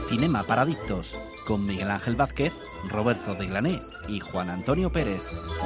Cinema para Adictos, con Miguel Ángel Vázquez, Roberto de Glané y Juan Antonio Pérez.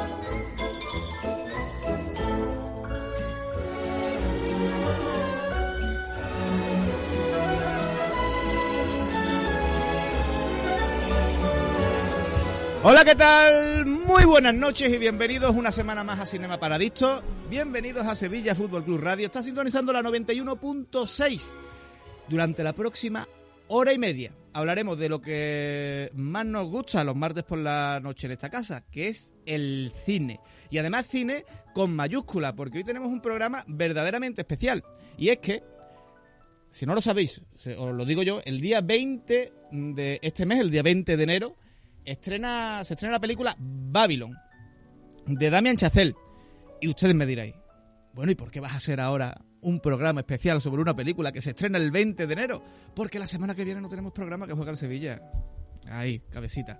Hola, ¿qué tal? Muy buenas noches y bienvenidos una semana más a Cinema para Adictos. Bienvenidos a Sevilla Fútbol Club Radio. Está sintonizando la 91.6. Durante la próxima hora y media hablaremos de lo que más nos gusta los martes por la noche en esta casa, que es el cine. Y además cine con mayúscula, porque hoy tenemos un programa verdaderamente especial. Y es que, si no lo sabéis, os lo digo yo, el día 20 de este mes, el día 20 de enero, se estrena la película Babylon, de Damien Chazelle. Y ustedes me diréis, bueno, ¿y por qué vas a hacer ahora un programa especial sobre una película que se estrena el 20 de enero? Porque la semana que viene no tenemos programa, que juega el Sevilla. Ahí, cabecita.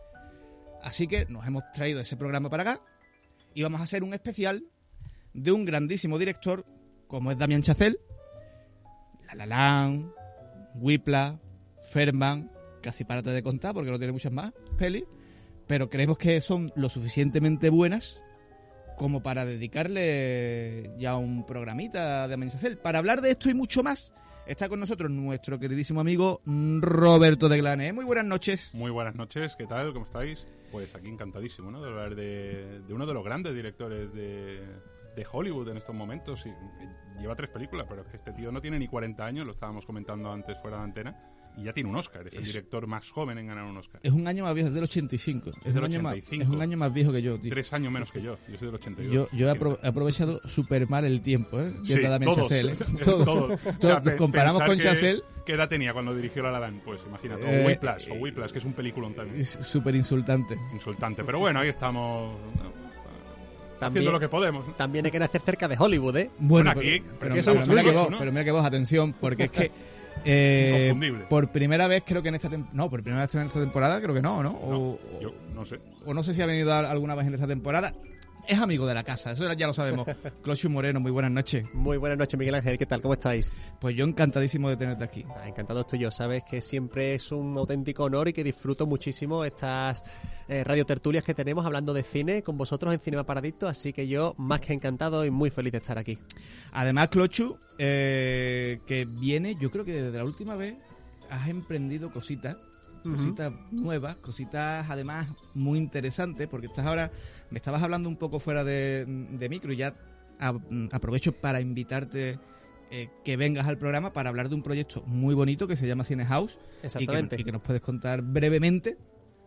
Así que nos hemos traído ese programa para acá y vamos a hacer un especial de un grandísimo director como es Damien Chazelle. La La Land, Whiplash, Fairman, casi párate de contar porque no tiene muchas más pelis, pero creemos que son lo suficientemente buenas como para dedicarle ya un programita de Damien Chazelle. Para hablar de esto y mucho más, está con nosotros nuestro queridísimo amigo Roberto de Glané. Muy buenas noches. Muy buenas noches, ¿qué tal? ¿Cómo estáis? Pues aquí encantadísimo, ¿no? De hablar de uno de los grandes directores de Hollywood en estos momentos. Y lleva 3 películas, pero es que este tío no tiene ni 40 años, lo estábamos comentando antes fuera de antena, y ya tiene un Oscar. Es el director más joven en ganar un Oscar. Es un año más viejo, es del 85. Es del 85. Es un año más viejo que yo, tío. 3 años menos que yo soy del 82. Yo he aprovechado súper mal el tiempo, ¿eh? Sí, todos. O sea, comparamos con Chazelle. ¿Qué edad tenía cuando dirigió La La Land? Pues imagínate, o Whiplash, que es un peliculón también. Es súper insultante. Insultante, pero bueno, ahí estamos... También, haciendo lo que podemos, ¿no? También hay que nacer cerca de Hollywood, ¿eh? Bueno, aquí, pero mira que vos, atención, porque es que inconfundible. Por primera vez creo que en esta por primera vez en esta temporada creo que no, Yo no sé. O no sé si ha venido alguna vez en esta temporada. Es amigo de la casa, eso ya lo sabemos. Clochu Moreno, muy buenas noches. Muy buenas noches, Miguel Ángel, ¿qué tal? ¿Cómo estáis? Pues yo encantadísimo de tenerte aquí. Encantado estoy yo, sabes que siempre es un auténtico honor y que disfruto muchísimo estas radiotertulias que tenemos hablando de cine con vosotros en Cinema para Adictos, así que yo más que encantado y muy feliz de estar aquí. Además, Clochu, que viene, yo creo que desde la última vez has emprendido cositas nuevas, cositas además muy interesantes, porque me estabas hablando un poco fuera de micro y ya aprovecho para invitarte que vengas al programa para hablar de un proyecto muy bonito que se llama Cine House. Exactamente. Y que nos puedes contar brevemente.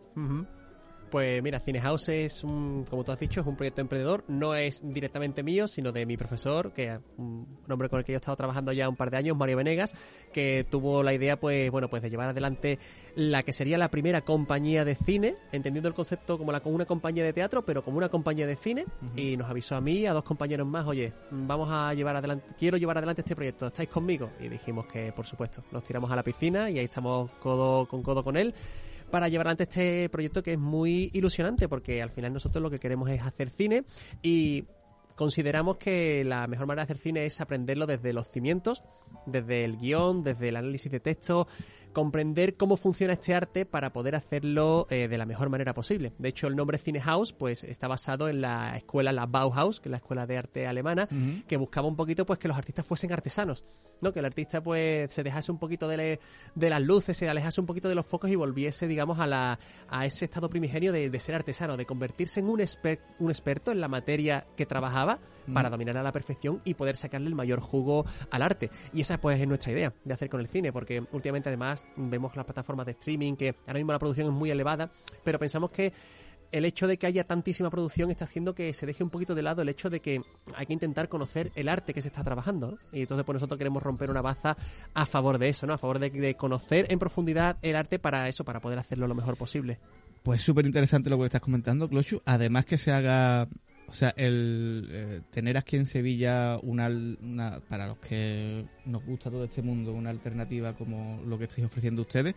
Pues mira, Cine House es como tú has dicho, es un proyecto emprendedor. No es directamente mío, sino de mi profesor, que es un hombre con el que yo he estado trabajando ya un par de años, Mario Venegas, que tuvo la idea, pues de llevar adelante la que sería la primera compañía de cine, entendiendo el concepto como una compañía de teatro, pero como una compañía de cine. Y nos avisó a mí y a 2 compañeros más, oye, quiero llevar adelante este proyecto, ¿estáis conmigo? Y dijimos que, por supuesto, nos tiramos a la piscina y ahí estamos codo con él, para llevar adelante este proyecto que es muy ilusionante, porque al final nosotros lo que queremos es hacer cine y consideramos que la mejor manera de hacer cine es aprenderlo desde los cimientos, desde el guión, desde el análisis de texto, comprender cómo funciona este arte para poder hacerlo de la mejor manera posible. De hecho, el nombre Cine House pues está basado en la escuela, la Bauhaus, que es la escuela de arte alemana, que buscaba un poquito pues que los artistas fuesen artesanos, ¿no? Que el artista pues se dejase un poquito de las luces, se alejase un poquito de los focos y volviese, digamos, a ese estado primigenio de ser artesano, de convertirse en un experto en la materia que trabajaba para dominar a la perfección y poder sacarle el mayor jugo al arte. Y esa pues es nuestra idea de hacer con el cine, porque últimamente además vemos las plataformas de streaming que ahora mismo la producción es muy elevada, pero pensamos que el hecho de que haya tantísima producción está haciendo que se deje un poquito de lado el hecho de que hay que intentar conocer el arte que se está trabajando, ¿no? Y entonces pues nosotros queremos romper una baza a favor de eso, ¿no? A favor de conocer en profundidad el arte para poder hacerlo lo mejor posible. Pues súper interesante lo que estás comentando, Clochu. Además que se haga... O sea, tener aquí en Sevilla una para los que nos gusta todo este mundo, una alternativa como lo que estáis ofreciendo ustedes,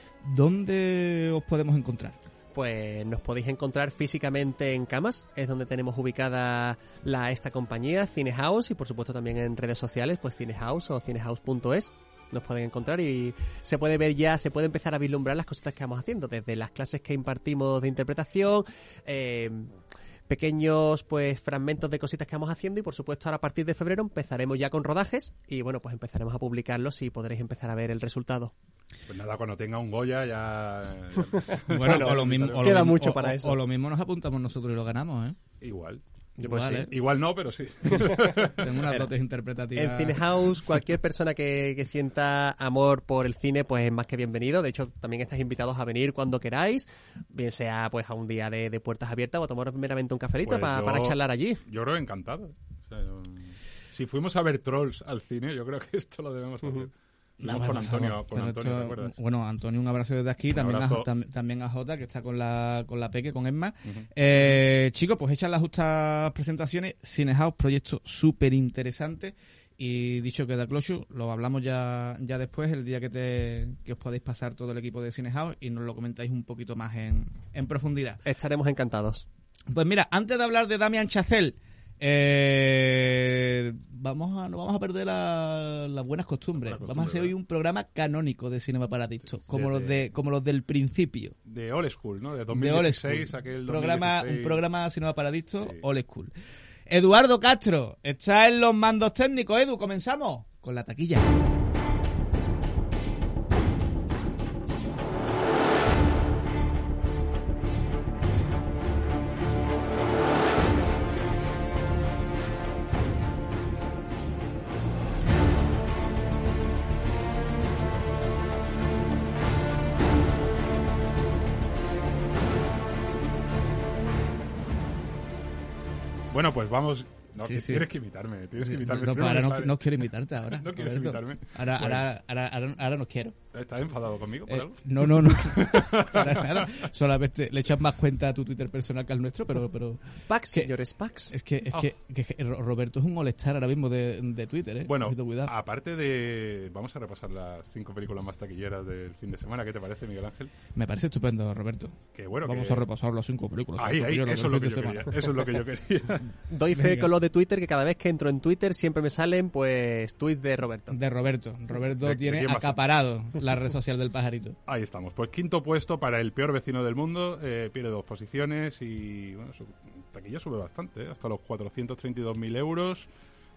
¿dónde os podemos encontrar? Pues nos podéis encontrar físicamente en Camas, es donde tenemos ubicada esta compañía, Cine House, y por supuesto también en redes sociales, pues Cine House o cinehouse.es. nos pueden encontrar y se puede ver ya, se puede empezar a vislumbrar las cositas que vamos haciendo, desde las clases que impartimos de interpretación, pequeños pues fragmentos de cositas que vamos haciendo y por supuesto ahora a partir de febrero empezaremos ya con rodajes y bueno, pues empezaremos a publicarlos y podréis empezar a ver el resultado. Pues nada, cuando tenga un Goya ya... Bueno, o lo mismo, queda mucho para eso. O lo mismo nos apuntamos nosotros y lo ganamos, ¿eh? Igual. Pues sí. Igual no, pero sí. Tengo unas dotes interpretativas. En Cinehouse, cualquier persona que sienta amor por el cine, pues es más que bienvenido. De hecho, también estáis invitados a venir cuando queráis, bien sea pues a un día de puertas abiertas o a tomar meramente un cafelito Pues para charlar allí. Yo creo encantado. O sea, si fuimos a ver Trolls al cine, yo creo que esto lo debemos hacer. Vamos con Antonio, ¿te acuerdas? Bueno, Antonio, un abrazo desde aquí, también a Jota, que está con la Peque, con Emma. Chicos, pues hechas las justas presentaciones, Cinehouse, proyecto súper interesante. Y dicho que da closure, lo hablamos ya después, el día que os podéis pasar todo el equipo de Cinehouse y nos lo comentáis un poquito más en profundidad. Estaremos encantados. Pues mira, antes de hablar de Damien Chazelle, no vamos a perder las buenas costumbres. Vamos a hacer hoy un programa canónico de Cinema Paradicto, como los del principio. De Old School, ¿no? De 2016, aquel 2016. Un programa Cinema Paradicto, sí. Old School. Eduardo Castro está en los mandos técnicos. Edu, comenzamos con la taquilla. Bueno, pues vamos... No, Sí. tienes que imitarme. No, si ahora me sale. no quiero imitarte ahora. ¿No quieres Roberto. imitarme? Ahora no quiero. ¿Estás enfadado conmigo por algo? No. Para nada. Solamente le echas más cuenta a tu Twitter personal que al nuestro, pero Pax, señores, Pax. es que Roberto es un molestar ahora mismo de Twitter, ¿eh? Bueno, Ojito, cuidado. aparte de... Vamos a repasar las 5 películas más taquilleras del fin de semana. ¿Qué te parece, Miguel Ángel? Me parece estupendo, Roberto. Que bueno, Vamos a repasar las 5 películas. Ahí, Yo creo eso es el lo que fin de yo semana. quería. Eso es lo que yo quería. Doy fe con lo de Twitter, que cada vez que entro en Twitter siempre me salen pues tweets de Roberto. De Roberto. Roberto ¿De tiene quién va a ser? acaparado la red social del pajarito. Ahí estamos. Pues quinto puesto para El peor vecino del mundo. Pierde 2 posiciones y bueno, su taquilla sube bastante, hasta los 432.000 euros.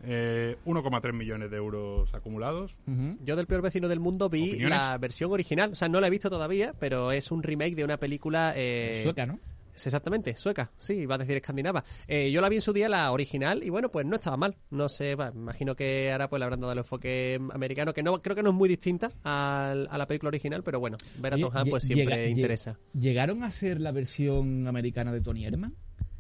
1,3 millones de euros acumulados. Uh-huh. Yo del peor vecino del mundo vi ¿Opiniones? la versión original. O sea, no la he visto todavía, pero es un remake de una película... Sueca, ¿no? Exactamente, sueca, sí, iba a decir escandinava. Yo la vi en su día, la original, y bueno, pues no estaba mal. No sé, imagino que ahora pues le habrán dado el enfoque americano, que no creo que no es muy distinta a la película original, pero bueno, ver a Tom Hanks pues siempre interesa. ¿Llegaron a ser la versión americana de Tony Herman?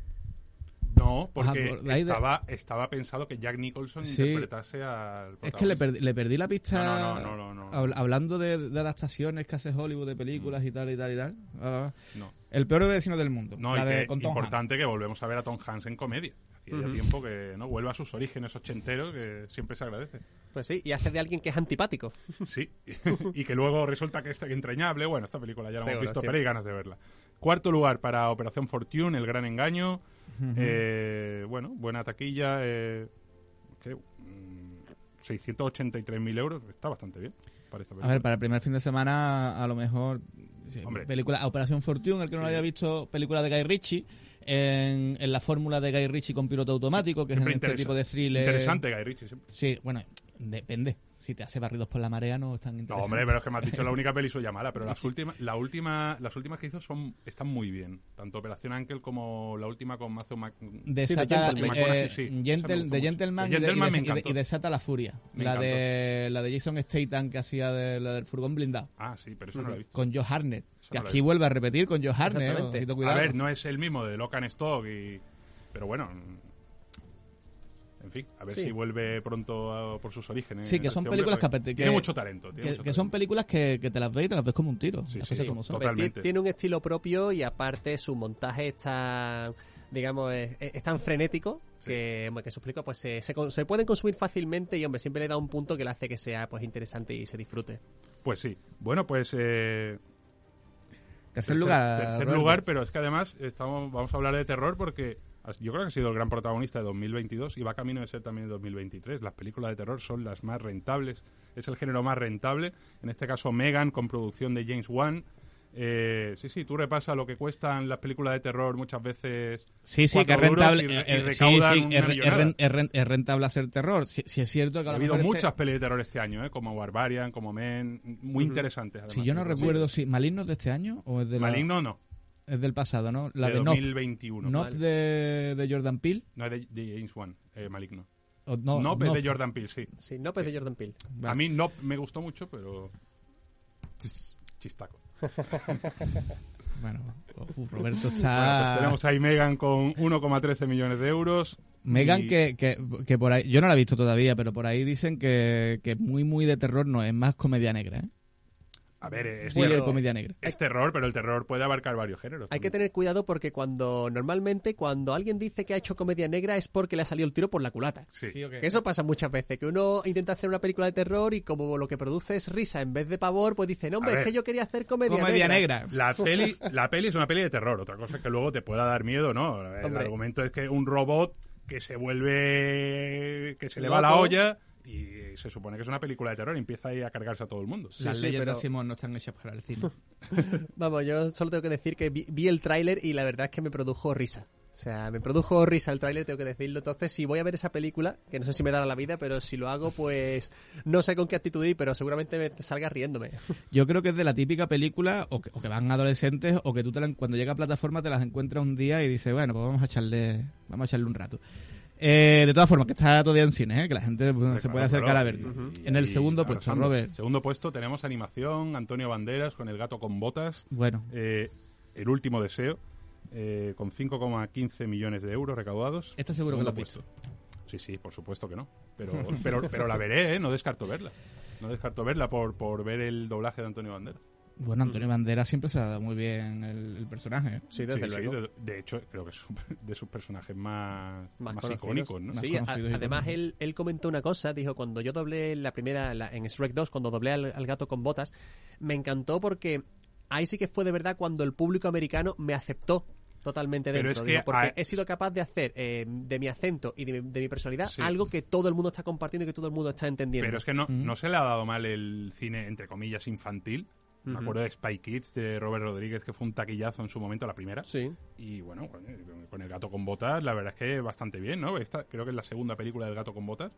No, porque Ajá, estaba pensado que Jack Nicholson Sí. interpretase al Es protagonista. que le perdí la pista. No. Hablando de adaptaciones que hace Hollywood de películas y tal. No. El peor vecino del mundo. No, la y de, que con Tom importante que volvemos a ver a Tom Hanks en comedia. Hacía ya tiempo que no vuelve a sus orígenes ochenteros, que siempre se agradece. Pues sí, y hace de alguien que es antipático. Sí, y que luego resulta que está entrañable. Bueno, esta película ya la Seguro, hemos visto, siempre. pero hay ganas de verla. Cuarto lugar para Operación Fortune, El gran engaño. Bueno, buena taquilla. 683.000 euros, está bastante bien. Parece A ver, para el primer fin de semana, a lo mejor. Sí, Hombre. película Operación Fortune, el que no lo haya visto, película de Guy Ritchie. En la fórmula de Guy Ritchie con piloto automático, que es en este tipo de thriller. Interesante Guy Ritchie siempre. Sí, bueno, depende. Si te hace Barridos por la marea, no es tan No, interesante. hombre, pero es que me has dicho la única peli suya mala, pero las últimas que hizo están muy bien. Tanto Operación Ángel como la última con Matthew Desata, McConaughey, sí, esa me gustó de mucho. Gentleman, De Gentleman me y encantó. Desata la furia. Me La de Jason Statham, que hacía la del furgón blindado. Ah, sí, pero eso no lo he visto. Con Joe Hartnett. Esa Que no la he aquí visto. vuelve a repetir con Joe Hartnett. Exactamente. Ojito, A cuidado. ver, no es el mismo de Lock and Stock, pero bueno, en fin, a ver Sí. si vuelve pronto por sus orígenes. Sí, que son este películas hombre, que tiene mucho talento. Que son películas que te las ves y te las ves como un tiro. Sí, Las sí, cosas sí, como son. totalmente. Tiene un estilo propio y aparte su montaje está, digamos, es tan frenético que su películas pues se pueden consumir fácilmente y hombre, siempre le da un punto que le hace que sea pues interesante y se disfrute. Pues sí. Bueno, pues Tercer lugar. Tercer Roberto. lugar, pero es que además vamos a hablar de terror porque Yo creo que ha sido el gran protagonista de 2022 y va camino de ser también de 2023. Las películas de terror son las más rentables, es el género más rentable. En este caso, Megan, con producción de James Wan. Sí, tú repasas lo que cuestan las películas de terror muchas veces. Sí, que es 4 rentable. euros y recaudan una millonada. Es rentable hacer terror. Sí, es cierto que ha habido muchas pelis de terror este año, como Barbarian, como Men, muy interesantes. Además, si yo no recuerdo, si ¿Maligno es de este año o es de Maligno no. Es del pasado, ¿no? La de de 2021. Nope de Jordan Peele. No, es de James Wan, Maligno. Nope es de Jordan Peele, sí. Sí, Nope es de Jordan Peele. Vale. A mí Nope me gustó mucho, pero... Chistaco. Bueno, Roberto está... Pues tenemos ahí Megan con 1,13 millones de euros. Megan, que por ahí... Yo no la he visto todavía, pero por ahí dicen que muy de terror no, es más comedia negra, ¿eh? A ver, es comedia negra. Es terror, pero el terror puede abarcar varios géneros. Hay que tener cuidado porque normalmente cuando alguien dice que ha hecho comedia negra es porque le ha salido el tiro por la culata. Sí. Okay. Que eso pasa muchas veces, que uno intenta hacer una película de terror y como lo que produce es risa en vez de pavor, pues dice, no, hombre, es que yo quería hacer comedia negra. La peli es una peli de terror, otra cosa es que luego te pueda dar miedo, ¿no? El argumento es que un robot que se vuelve... que se le va la olla... Y se supone que es una película de terror y empieza ahí a cargarse a todo el mundo. Las leyes de Simón no están hechas para el cine. Vamos, yo solo tengo que decir que vi el tráiler y la verdad es que me produjo risa. O sea, me produjo risa el tráiler, tengo que decirlo. Entonces, si voy a ver esa película, que no sé si me dará la vida, pero si lo hago, pues no sé con qué actitud ir, pero seguramente me salga riéndome. Yo creo que es de la típica película, o que van adolescentes, o que tú cuando llega a plataforma te las encuentras un día y dices, bueno, pues vamos a echarle un rato. De todas formas, que está todavía en cine, que la gente se puede acercar a ver. En el segundo puesto, Robert. Segundo puesto tenemos animación, Antonio Banderas con El gato con botas. Bueno. El último deseo, con 5,15 millones de euros recaudados. ¿Estás seguro que lo has visto? Sí, por supuesto que no. Pero la veré, no descarto verla. No descarto verla por ver el doblaje de Antonio Banderas. Bueno, Antonio Banderas siempre se ha dado muy bien el personaje, ¿eh? Sí, desde luego. De hecho, creo que es de sus personajes más icónicos, ¿no? Sí, además él comentó una cosa, dijo, cuando yo doblé la primera, en Shrek 2, cuando doblé al gato con botas, me encantó porque ahí sí que fue de verdad cuando el público americano me aceptó totalmente dentro. Pero es que porque he sido capaz de hacer de mi acento y de mi personalidad algo que todo el mundo está compartiendo y que todo el mundo está entendiendo. Pero es que no se le ha dado mal el cine, entre comillas, infantil. Me acuerdo de Spy Kids de Robert Rodríguez, que fue un taquillazo en su momento, la primera. Sí. Y bueno, con El gato con botas, la verdad es que bastante bien, ¿no? Creo que es la segunda película del gato con botas.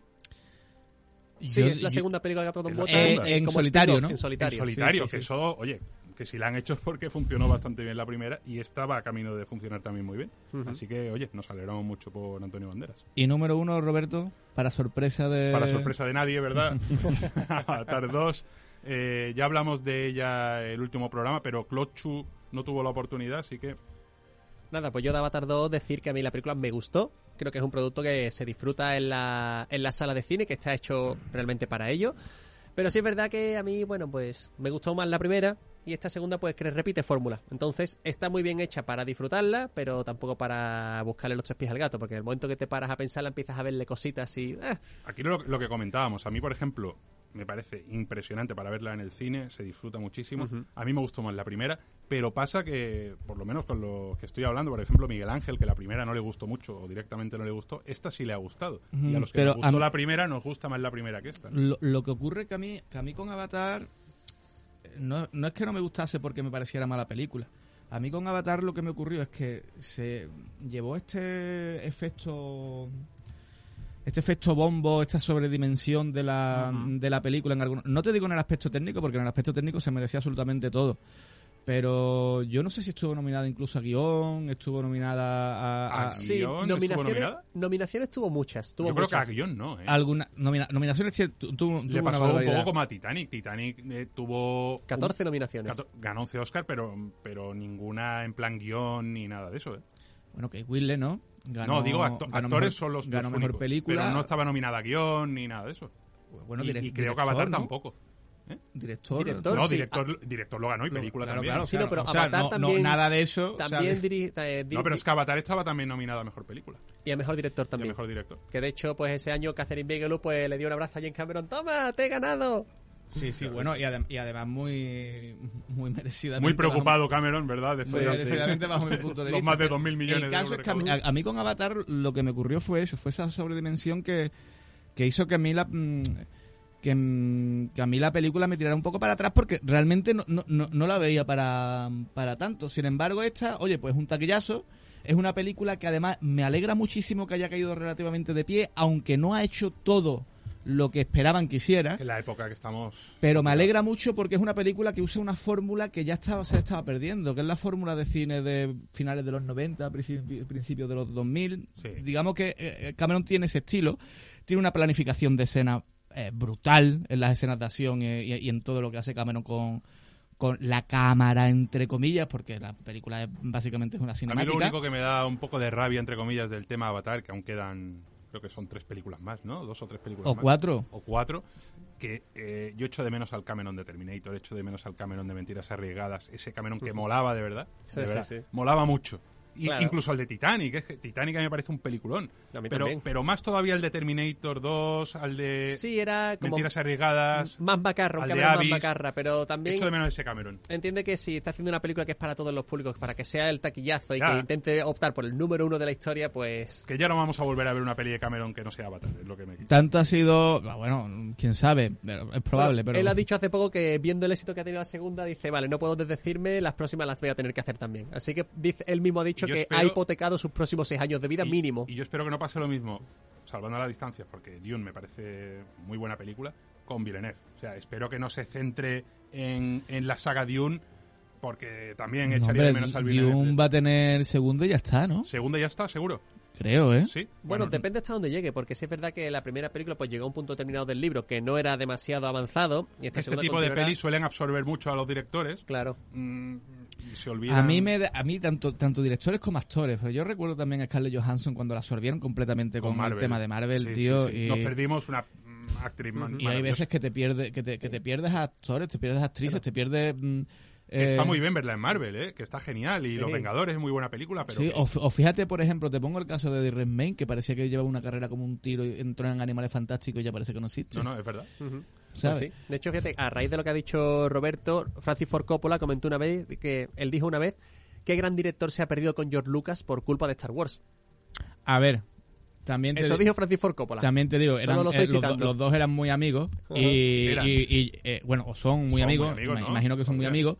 Sí, es la segunda película del gato con botas. En solitario, ¿no? En solitario, sí. Que eso, oye, que si la han hecho es porque funcionó bastante bien la primera y esta va a camino de funcionar también muy bien. Así que, oye, nos alegramos mucho por Antonio Banderas. Y número 1, Roberto, para sorpresa de nadie, ¿verdad? Avatar 2. Ya hablamos de ella el último programa, pero Claude Chu no tuvo la oportunidad, así que... Nada, pues yo de Avatar 2 decir que a mí la película me gustó. Creo que es un producto que se disfruta en la sala de cine, que está hecho realmente para ello. Pero sí es verdad que a mí, bueno, pues me gustó más la primera y esta segunda pues que repite fórmula. Entonces está muy bien hecha para disfrutarla, pero tampoco para buscarle los tres pies al gato, porque en el momento que te paras a pensarla empiezas a verle cositas y... Aquí lo que comentábamos, a mí por ejemplo... Me parece impresionante para verla en el cine, se disfruta muchísimo. A mí me gustó más la primera, pero pasa que, por lo menos con lo que estoy hablando, por ejemplo, Miguel Ángel, que la primera no le gustó mucho o directamente no le gustó, esta sí le ha gustado. Y a los que nos gustó la primera, nos gusta más la primera que esta, ¿no? Lo que ocurre que a mí con Avatar no es que no me gustase porque me pareciera mala película. A mí con Avatar lo que me ocurrió es que se llevó este efecto bombo, esta sobredimensión de la película en algunos... No te digo en el aspecto técnico, porque en el aspecto técnico se merecía absolutamente todo. Pero yo no sé si estuvo nominada incluso a guión, estuvo nominada a sí, guión, nominaciones tuvo muchas. Yo creo que a guión no, ¿eh? Nominaciones tuvo Le pasó un poco como a Titanic. Titanic tuvo... 14 nominaciones. Ganó 11 Oscar, pero ninguna en plan guión ni nada de eso, ¿eh? Bueno, que Whistler, ¿no? Actores son los ganó mejor únicos, película. pero no estaba nominada a guión ni nada de eso. Bueno, y creo que Avatar tampoco. Director No, sí. director lo ganó y película también. Claro. Sí, no, pero o sea, Avatar también... nada de eso. También no, pero es que Avatar estaba también nominada a Mejor Película. Y a Mejor Director también. Y a Mejor Director. Que de hecho, pues ese año Catherine Bigelow pues le dio un abrazo a James Cameron. ¡Toma, te he ganado! Sí, bueno, y además muy merecidamente. Muy preocupado Cameron, ¿verdad? Muy merecidamente bajo mi punto de vista. Los más de 2.000 millones de euros. El caso es que a mí con Avatar lo que me ocurrió fue esa sobredimensión que hizo que a mí la película me tirara un poco para atrás porque realmente no la veía para tanto. Sin embargo, esta, oye, pues un taquillazo. Es una película que además me alegra muchísimo que haya caído relativamente de pie, aunque no ha hecho todo lo que esperaban que hiciera. En la época que estamos... Pero me alegra mucho porque es una película que usa una fórmula que ya se estaba perdiendo, que es la fórmula de cine de finales de los 90, principios de los 2000. Sí. Digamos que Cameron tiene ese estilo, tiene una planificación de escena brutal en las escenas de acción y en todo lo que hace Cameron con la cámara, entre comillas, porque la película básicamente es una cinemática. A mí lo único que me da un poco de rabia, entre comillas, del tema Avatar, que aún quedan, creo que son 3 películas más, ¿no? 2 o 3 películas más. O 4, que yo echo de menos al Cameron de Terminator, echo de menos al Cameron de Mentiras Arriesgadas, ese Cameron que molaba de verdad, Sí. molaba mucho. Y claro. Incluso el de Titanic, es que Titanic a mí me parece un peliculón. A mí también. Pero más todavía el de Terminator 2, al de Sí, era como Mentiras Arriesgadas. más macarra, un al de Cameron más Abyss. macarra, pero también Echo de menos ese Cameron. entiende que si está haciendo una película que es para todos los públicos, para que sea el taquillazo y Ya. que intente optar por el número 1 de la historia, pues... Que ya no vamos a volver a ver una peli de Cameron que no sea Avatar, es lo que me quita. tanto ha sido, bueno, quién sabe, pero es probable. Bueno, pero él ha dicho hace poco que viendo el éxito que ha tenido la segunda, dice, vale, no puedo desdecirme, las próximas las voy a tener que hacer también. Así que él mismo ha dicho Y yo que espero- ha hipotecado sus próximos 6 años de vida mínimo. Y yo espero que no pase lo mismo, salvando la distancia, porque Dune me parece muy buena película, con Villeneuve. O sea, espero que no se centre en la saga Dune, porque también no, echaría hombre, de menos al Villeneuve. Dune va a tener segundo y ya está, ¿no? Segunda ya está, seguro. Creo, ¿eh? Sí. Bueno, depende hasta dónde llegue, porque sí es verdad que la primera película pues llegó a un punto determinado del libro que no era demasiado avanzado. Y esta Este segunda tipo de continuará. pelis suelen absorber mucho a los directores. Claro. Y se olvidan. A mí tanto directores como actores, pero yo recuerdo también a Scarlett Johansson cuando la absorbieron completamente con el tema de Marvel, Sí, tío. sí, sí. Y, Nos perdimos una actriz y hay maravillosa. veces que te pierdes a actores, te pierdes a actrices, te pierdes... Que está muy bien verla en Marvel, que está genial. Y Sí. Los Vengadores es muy buena película, pero... Sí, que- o fíjate, por ejemplo, te pongo el caso de The Redmayne, que parecía que llevaba una carrera como un tiro y entró en Animales Fantásticos y ya parece que no existe. No, es verdad. ¿sabes? Pues sí. De hecho, fíjate, a raíz de lo que ha dicho Roberto, Francis Ford Coppola comentó una vez, que él dijo una vez, qué gran director se ha perdido con George Lucas por culpa de Star Wars. A ver, también te Eso dijo Francis Ford Coppola. También te digo, Solo lo estoy los citando. dos eran muy amigos Eran. bueno, o son muy Son amigos, muy amigos, ¿no? imagino que son muy Joder. amigos.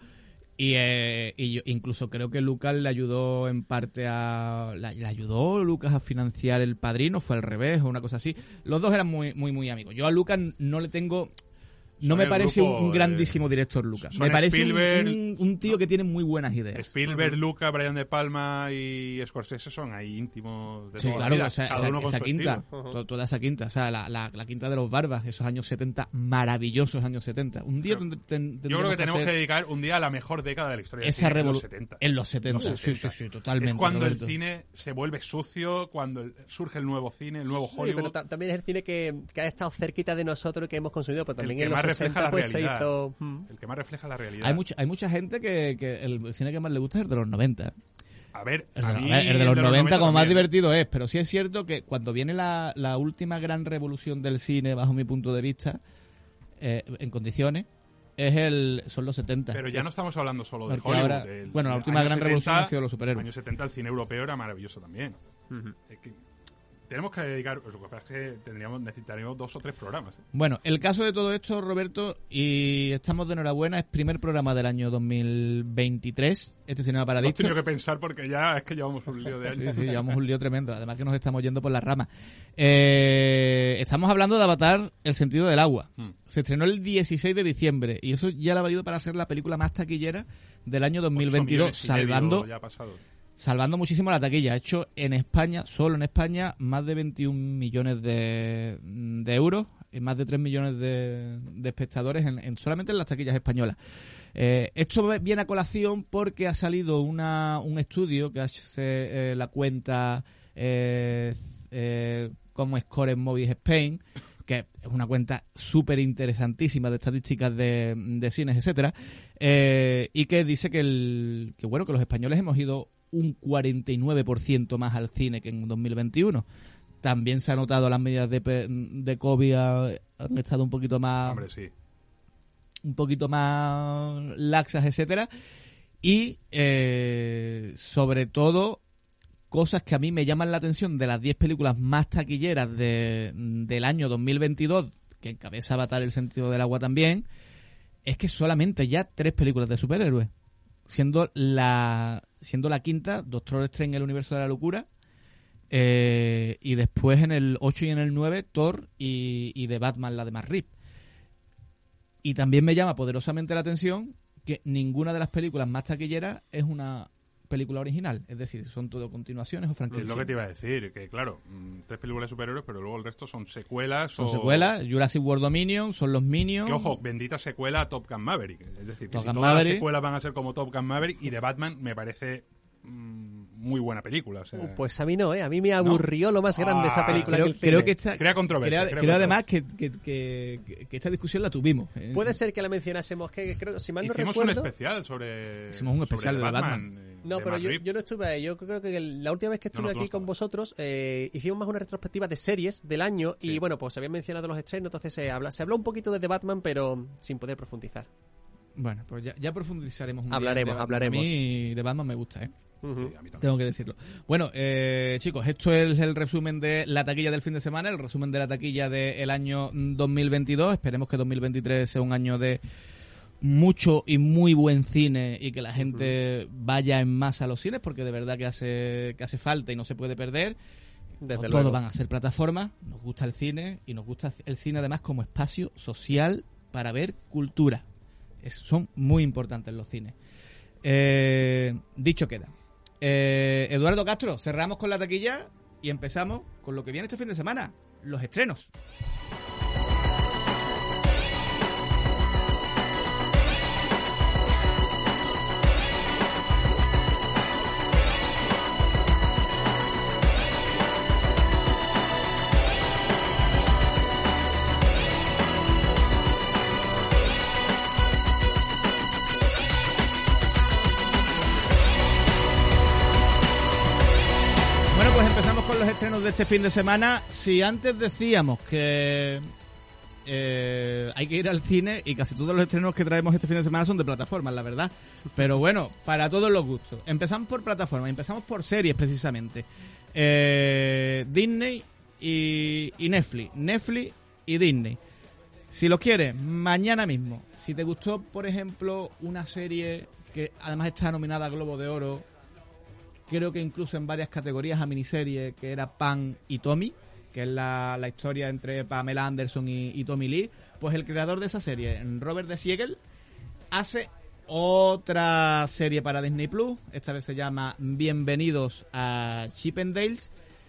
Y yo incluso creo que Lucas le ayudó en parte le ayudó Lucas a financiar El Padrino, fue al revés o una cosa así. Los dos eran muy amigos. Yo a Lucas no le tengo... No Son me el parece grupo, un grandísimo director, Lucas. son Me parece Spielberg, un tío que tiene muy buenas ideas. Spielberg, Lucas, Brian De Palma y Scorsese son ahí íntimos de Sí, toda la claro, vida, o sea, cada uno con esa su quinta, estilo. toda esa quinta, o sea, la quinta de los Barbas, esos años 70, maravillosos años 70. Un día Yo creo tendremos que tenemos que hacer dedicar un día a la mejor década de la historia del esa cine, en los revolución 70. en los 70. Los Sí, 70. sí, totalmente. Es cuando Roberto. el cine se vuelve sucio, cuando surge el nuevo cine, el nuevo Sí, Hollywood. pero también es el cine que ha estado cerquita de nosotros y que hemos consumido, pero también que en los más refleja 60 la pues se realidad. hizo... El que más refleja la realidad. Hay mucha gente que el cine que más le gusta es el de los 90. A ver, El a de, mí el de los 90 como más también. divertido es, pero sí es cierto que cuando viene la última gran revolución del cine, bajo mi punto de vista, en condiciones, son los 70. Pero ya no estamos hablando solo de Porque Hollywood. ahora- bueno, la última gran revolución ha sido los superhéroes. En los años 70 el cine europeo era maravilloso también. Es que tenemos que dedicar... Lo que pasa es que necesitaríamos 2 o 3 programas. Bueno, el caso de todo esto, Roberto, y estamos de enhorabuena, es primer programa del año 2023, este Cinema Lo he Paradiso. tenido que pensar porque ya es que llevamos un lío de años. Sí, llevamos un lío tremendo, además que nos estamos yendo por las ramas. Estamos hablando de Avatar, El sentido del agua. Se estrenó el 16 de diciembre y eso ya le ha valido para ser la película más taquillera del año 2022, 8 millones y medio salvando... ya ha pasado. Salvando muchísimo la taquilla. Ha hecho en España, solo en España, más de 21 millones de euros y más de 3 millones de espectadores solamente en las taquillas españolas. Esto viene a colación porque ha salido un estudio que hace la cuenta como Score Movies Spain, que es una cuenta súper interesantísima de estadísticas de cines, etcétera, y que dice que los españoles hemos ido un 49% más al cine que en 2021. También se ha notado las medidas de COVID han estado un poquito más... Hombre, sí. un poquito más laxas, etcétera. Y sobre todo cosas que a mí me llaman la atención de las 10 películas más taquilleras del año 2022, que encabeza Avatar: El sentido del agua también, es que solamente ya 3 películas de superhéroes, siendo la quinta Doctor Strange, el universo de la locura, y después en el 8 y en el 9 Thor y The Batman, la de Matt Reeves. Y también me llama poderosamente la atención que ninguna de las películas más taquilleras es una película original, es decir, son todo continuaciones o franquicias. Es lo que te iba a decir, que claro, 3 películas de superhéroes, pero luego el resto son secuelas. Son secuelas, Jurassic World Dominion, son los Minions. Que ojo, bendita secuela a Top Gun Maverick. Es decir, que Top si Gun todas Maverick, las secuelas van a ser como Top Gun Maverick, y The Batman me parece muy buena película. O sea, pues a mí no, a mí me aburrió lo más grande esa película. Creo que esta, crea controversia. Creo además que esta discusión la tuvimos. Puede ser que la mencionásemos, que creo, si mal no Hicimos recuerdo... un especial sobre... Hicimos un especial de Batman. No, pero yo no estuve ahí. Yo creo que la última vez que estuve aquí con vosotros hicimos más una retrospectiva de series del año, y bueno, pues se habían mencionado los estrenos, entonces se habló un poquito de The Batman, pero sin poder profundizar. Bueno, pues ya profundizaremos un hablaremos. día. A mí The Batman me gusta, Uh-huh. Sí, a mí también. Tengo que decirlo. Bueno, chicos, esto es el resumen de la taquilla del fin de semana, el resumen de la taquilla del año 2022. Esperemos que 2023 sea un año de mucho y muy buen cine y que la gente vaya en masa a los cines, porque de verdad que hace falta y no se puede perder. Desde Todos luego. van a ser plataformas. Nos gusta el cine, y nos gusta el cine además como espacio social para ver cultura. Son muy importantes los cines. Dicho queda. Eduardo Castro, cerramos con la taquilla y empezamos con lo que viene este fin de semana, los estrenos. Los estrenos de este fin de semana. Si antes decíamos que hay que ir al cine, y casi todos los estrenos que traemos este fin de semana son de plataformas, la verdad, pero bueno, para todos los gustos. Empezamos por plataformas, empezamos por series precisamente. Disney y Netflix y Disney. Si los quieres, mañana mismo. Si te gustó, por ejemplo, una serie que además está nominada a Globo de Oro, creo que incluso en varias categorías a miniserie, que era Pam y Tommy, que es la historia entre Pamela Anderson y Tommy Lee, pues el creador de esa serie, Robert De Siegel, hace otra serie para Disney Plus. Esta vez se llama Bienvenidos a Chip 'n Dales,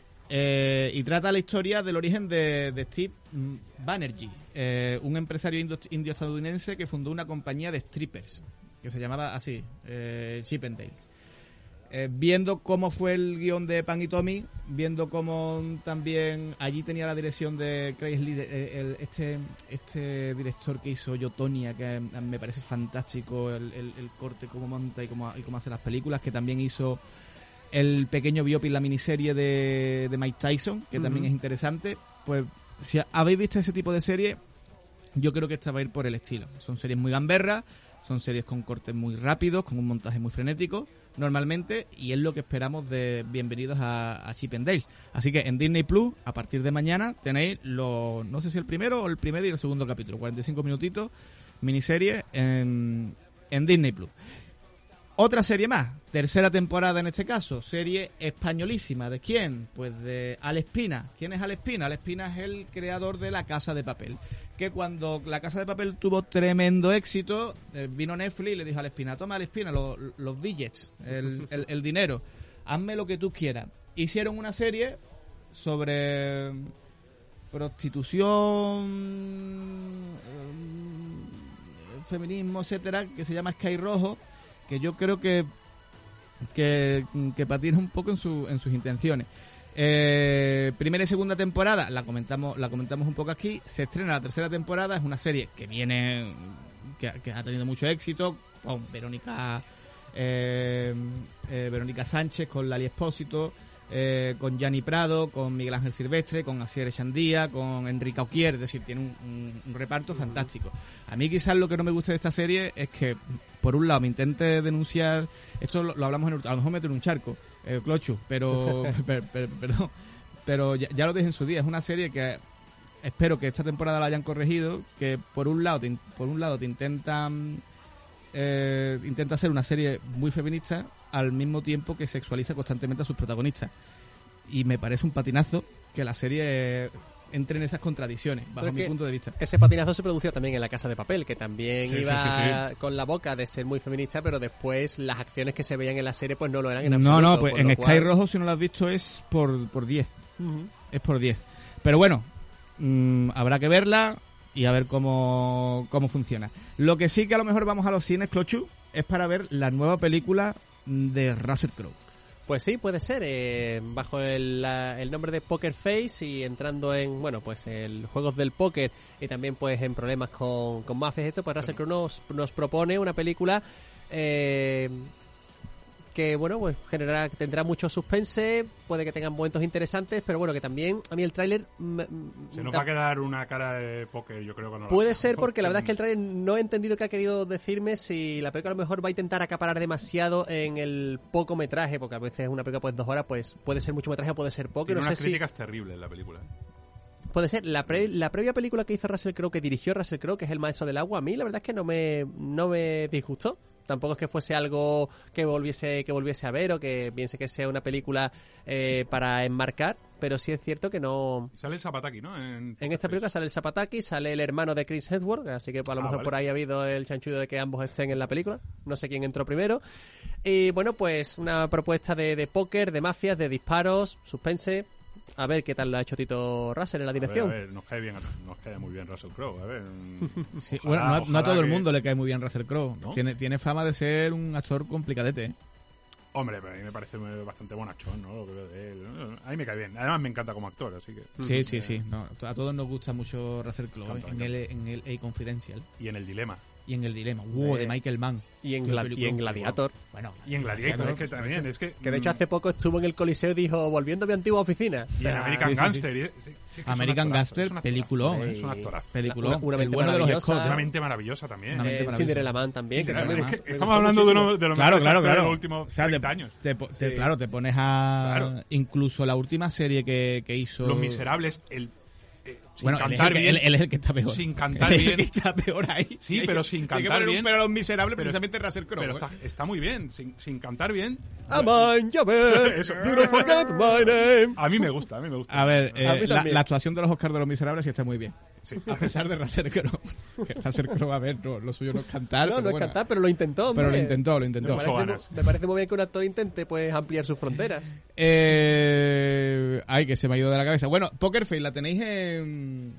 y trata la historia del origen de Steve Banerjee, un empresario indio-estadounidense que fundó una compañía de strippers que se llamaba así, Chip 'n Dales. Viendo cómo fue el guión de Pam y Tommy, viendo cómo también allí tenía la dirección de Craig Slade, este director que hizo Yo, Tonya, que me parece fantástico el corte, cómo monta y cómo hace las películas, que también hizo el pequeño biopic, la miniserie de Mike Tyson, que también es interesante. Pues si habéis visto ese tipo de series, yo creo que esta va a ir por el estilo. Son series muy gamberras, son series con cortes muy rápidos, con un montaje muy frenético normalmente, y es lo que esperamos de Bienvenidos a Chip 'n Dales. Así que en Disney Plus, a partir de mañana, tenéis no sé si el primero o el primer y el segundo capítulo, 45 minutitos, miniserie en Disney Plus. Otra serie más, tercera temporada en este caso, serie españolísima. ¿De quién? Pues de Alex Pina. ¿Quién es Alex Pina? Alex Pina es el creador de La Casa de Papel, que cuando La Casa de Papel tuvo tremendo éxito, vino Netflix y le dijo a Alex Pina: toma, Alex Pina, los billets, el dinero, hazme lo que tú quieras. Hicieron una serie sobre prostitución, feminismo, etcétera, que se llama Sky Rojo, que yo creo que patina un poco en sus intenciones. Primera y segunda temporada la comentamos un poco aquí. Se estrena la tercera temporada. Es una serie que viene, que ha tenido mucho éxito, con Verónica Sánchez, con Lali Espósito, con Gianni Prado, con Miguel Ángel Silvestre, con Asier Echandía, con Enrique Auquier, es decir, tiene un reparto fantástico. A mí quizás lo que no me gusta de esta serie es que, por un lado, me intente denunciar, esto lo hablamos a lo mejor meter en un charco, Clochu, pero perdón, pero ya lo dije en su día, es una serie que espero que esta temporada la hayan corregido, que por un lado te intenta hacer una serie muy feminista al mismo tiempo que sexualiza constantemente a sus protagonistas. Y me parece un patinazo que la serie entre en esas contradicciones, bajo mi punto de vista. Ese patinazo se produjo también en La Casa de Papel, que también sí, iba sí. con la boca de ser muy feminista, pero después las acciones que se veían en la serie pues no lo eran en absoluto. No, pues en Sky Rojo, si no lo has visto, es por 10. Uh-huh. Es por 10. Pero bueno, habrá que verla y a ver cómo funciona. Lo que sí que a lo mejor vamos a los cines, Clochu, es para ver la nueva película de Russell Crowe. Pues sí, puede ser, bajo el nombre de Poker Face y entrando en, bueno, pues el juegos del póker y también pues en problemas con mafias y esto, pues Russell Crowe nos propone una película que, bueno, pues tendrá mucho suspense, puede que tengan momentos interesantes, pero bueno, que también a mí el tráiler se nos va a quedar una cara de póker, yo creo que no. Puede ser, porque la verdad es que el tráiler no he entendido qué ha querido decirme, si la película a lo mejor va a intentar acaparar demasiado en el poco metraje, porque a veces una película pues 2 horas pues puede ser mucho metraje o puede ser poco. Tiene no unas sé críticas terribles la película. Puede ser. La previa película que hizo Russell Crowe, que dirigió Russell Crowe, que es El Maestro del Agua, a mí la verdad es que no me disgustó. Tampoco es que fuese algo que volviese a ver o que piense que sea una película para enmarcar, pero sí es cierto que no... Sale el Zapataki, ¿no? En esta película sale el Zapataki, sale el hermano de Chris Hemsworth, así que a lo mejor vale. por ahí ha habido el chanchullo de que ambos estén en la película. No sé quién entró primero. Y bueno, pues una propuesta de póker, de mafias, de disparos, suspense. A ver qué tal lo ha hecho Tito Russell en la dirección. A ver, nos cae muy bien Russell Crowe. A ver. Sí, Ojalá, bueno, no a todo el que... mundo le cae muy bien Russell Crowe. ¿No? Tiene fama de ser un actor complicadete, ¿eh? Hombre, pero a mí me parece bastante bonachón, ¿no? Lo que veo de él. A mí me cae bien. Además me encanta como actor, así que... Sí. No, a todos nos gusta mucho Russell Crowe, en el A Confidential. Y en El Dilema. Y en El Dilema. De Michael Mann. Y en Gladiator. Bueno, Y en Gladiator, es que también, es que... Que de hecho hace poco estuvo en el Coliseo y dijo, volviendo a mi antigua oficina. Y en American Gangster. American Gangster, peliculón. Es un actorazo. Peliculón. Una El mente bueno de los maravillosa. Scott. Una mente maravillosa también. Una mente maravillosa. Cinderella Man también. Que Cinderella Man. me Estamos gustó hablando de muchísimo. uno de los Claro. mejores actores de los últimos 30 años. Claro, te pones a... Claro. Incluso la última serie que hizo... Los Miserables, sin Bueno, cantar bien. Él es el que está peor. Sin cantar Él es bien. el que está peor ahí. Sí, pero sin Hay que cantar poner bien. un pero a los miserables, Pero precisamente Russell Crowe. Pero está muy bien. Sin cantar bien. Aman, ya ves. Eso. Do not forget my name. A mí me gusta. A ver, A mí también. la actuación de los Oscars de los Miserables sí está muy bien. Sí. A pesar de Russell Crowe. Que Russell Crowe, a ver, lo suyo no es cantar. No, pero no es bueno, cantar, pero lo intentó. Pero hombre. lo intentó. Me parece muy bien que un actor intente pues ampliar sus fronteras. Ay, que se me ha ido de la cabeza. Bueno, Poker Face la tenéis en